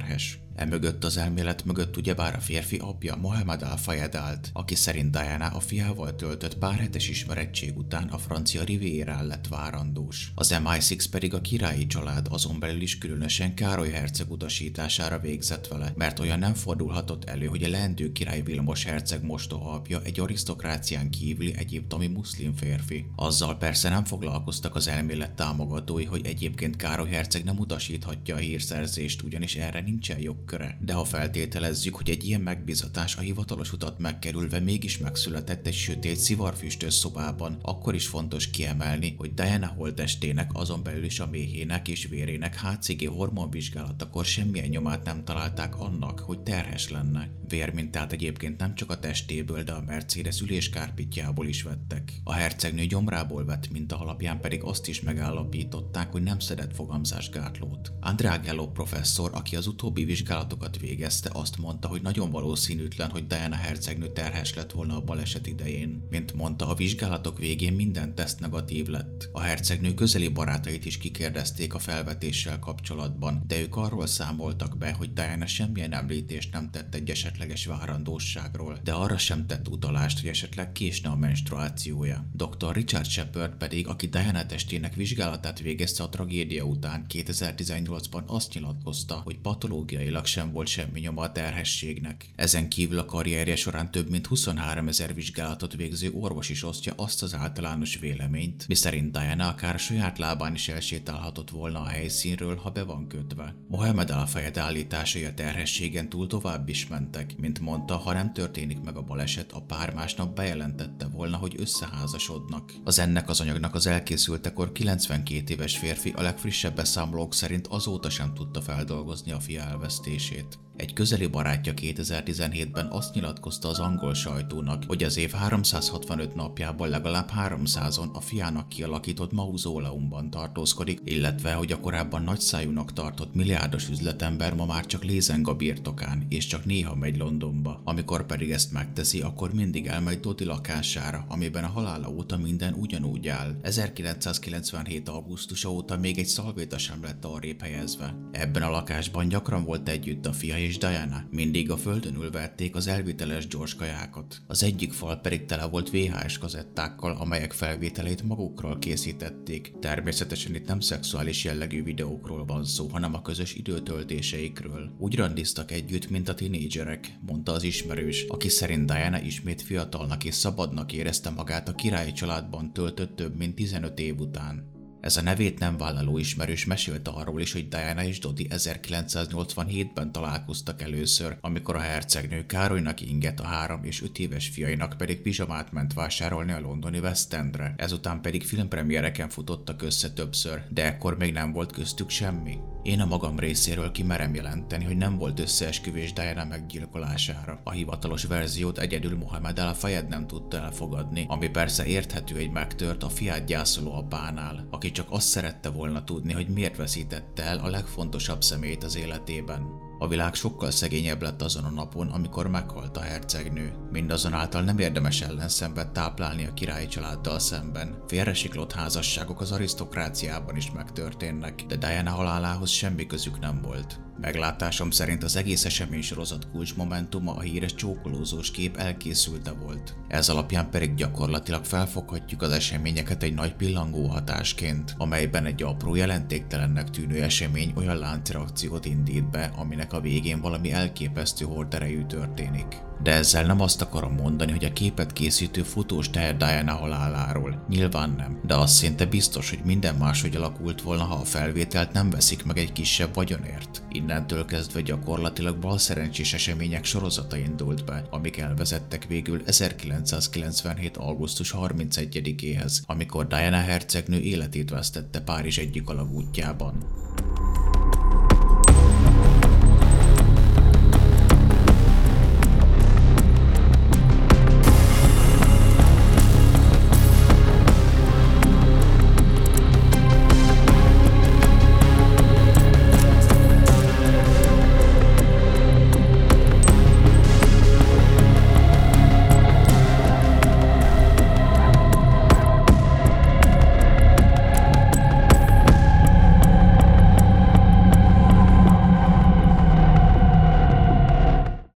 Emögött az elmélet mögött ugyebár a férfi apja, Mohammed al-Fayed állt, aki szerint Diana a fiával töltött pár hetes ismerettség után a francia Rivierán lett várandós. Az em i hat pedig a királyi család, azon belül is különösen Károly herceg utasítására végzett vele, mert olyan nem fordulhatott elő, hogy a leendő király Vilmos herceg mostoha apja egy arisztokrácián kívüli egyiptomi muszlim férfi. Azzal persze nem foglalkoztak az elmélet támogatói, hogy egyébként Károly herceg nem utasíthatja a hírszerzést, ugyanis erre nincsen jogköre. De ha feltételezzük, hogy egy ilyen megbízatás a hivatalos utat megkerülve mégis megszületett egy sötét, szivarfüstös szobában, akkor is fontos kiemelni, hogy Diana holttestének, azon belül is a méhének és vérének há cé gé hormonvizsgálatakor semmilyen nyomát nem találták annak, hogy terhes lenne. Vérmintát egyébként nem csak a testéből, de a Mercedes üléskárpitjából is vettek. A hercegnő gyomrából vett minta alapján pedig azt is megállapították, hogy nem szedett fogamzásgátlót. Andrea Gallo professzor, aki az utóbbi vizsgálatokat végezte, azt mondta, hogy nagyon valószínűtlen, hogy Diana hercegnő terhes lett volna a baleset idején. Mint mondta, a vizsgálatok végén minden teszt negatív lett. A hercegnő közeli barátait is kikérdezték a felvetéssel kapcsolatban, de ők arról számoltak be, hogy Diana semmilyen említést nem tett egy esetleges várandóságról, de arra sem tett utalást, hogy esetleg késne a menstruációja. doktor Richard Shepard pedig, aki Diana testének vizsgálatát végezte a tragédia után kétezer-tizennyolcban, azt nyilatkozta, hogy patológiailag sem volt semmi nyoma a terhességnek. Ezen kívül a karrierje során több mint huszonháromezer vizsgálatot végző orvos is osztja azt az általános véleményt, miszerint Diana akár saját lábán is elsétálhatott volna a helyszínről, ha be van kötve. Mohammed al-Fayed állításai a terhességen túl tovább is mentek, mint mondta, ha nem történik meg a baleset, a pár másnap bejelentette volna, hogy összeházasodnak. Az ennek az anyagnak az elkészültekor kilencvenkét éves férfi a legfrissebb beszámolók szerint azóta sem tudta feldolgozni a fia elvesztését. Egy közeli barátja kétezer-tizenhétben azt nyilatkozta az angol sajtónak, hogy az év háromszázhatvanöt napjában legalább háromszázon a fiának kialakított mauzóleumban tartózkodik, illetve hogy a korábban nagyszájúnak tartott milliárdos üzletember ma már csak lézeng a birtokán, és csak néha megy Londonba. Amikor pedig ezt megteszi, akkor mindig elmegy Dodi lakására, amiben a halála óta minden ugyanúgy áll. ezerkilencszázkilencvenhét augusztusa óta még egy szalvéta sem lett arrébb helyezve. Ebben a lakásban gyakran volt együtt a fia és Diana, mindig a földön ülvették az elviteles gyors kajákat. Az egyik fal pedig tele volt vé há es kazettákkal, amelyek felvételét magukról készítették. Természetesen itt nem szexuális jellegű videókról van szó, hanem a közös időtöltéseikről. Úgy randiztak együtt, mint a tinédzserek, mondta az ismerős, aki szerint Diana ismét fiatalnak és szabadnak érezte magát a királyi családban töltött több mint tizenöt év után. Ez a nevét nem vállaló ismerős mesélte arról is, hogy Diana és Dodi ezerkilencszáznyolcvanhétben találkoztak először, amikor a hercegnő Károlynak inget, a három és öt éves fiainak pedig pizsamát ment vásárolni a londoni West Endre. Ezután pedig filmpremiereken futottak össze többször, de ekkor még nem volt köztük semmi. Én a magam részéről kimerem jelenteni, hogy nem volt összeesküvés Diana meggyilkolására. A hivatalos verziót egyedül Mohammed al-Fayed nem tudta elfogadni, ami persze érthető egy megtört, a fiát gyászoló apánál, aki csak azt szerette volna tudni, hogy miért veszítette el a legfontosabb személyt az életében. A világ sokkal szegényebb lett azon a napon, amikor meghalt a hercegnő. Mindazonáltal nem érdemes ellenszenvet táplálni a királyi családdal szemben. Félresiklott házasságok az arisztokráciában is megtörténnek, de Diana halálához semmi közük nem volt. Meglátásom szerint az egész eseménysorozat kulcsmomentuma a híres csókolózós kép elkészülte volt. Ez alapján pedig gyakorlatilag felfoghatjuk az eseményeket egy nagy pillangó hatásként, amelyben egy apró jelentéktelennek tűnő esemény olyan láncreakciót indít be, aminek a végén valami elképesztő horderejű történik. De ezzel nem azt akarom mondani, hogy a képet készítő fotós tehet Diana haláláról. Nyilván nem, de az szinte biztos, hogy minden máshogy alakult volna, ha a felvételt nem veszik meg egy kisebb vagyonért. Innentől kezdve gyakorlatilag balszerencsés események sorozata indult be, amik elvezettek végül ezerkilencszázkilencvenhét. augusztus harmincegyedikéhez, amikor Diana hercegnő életét vesztette Párizs egyik alagútjában.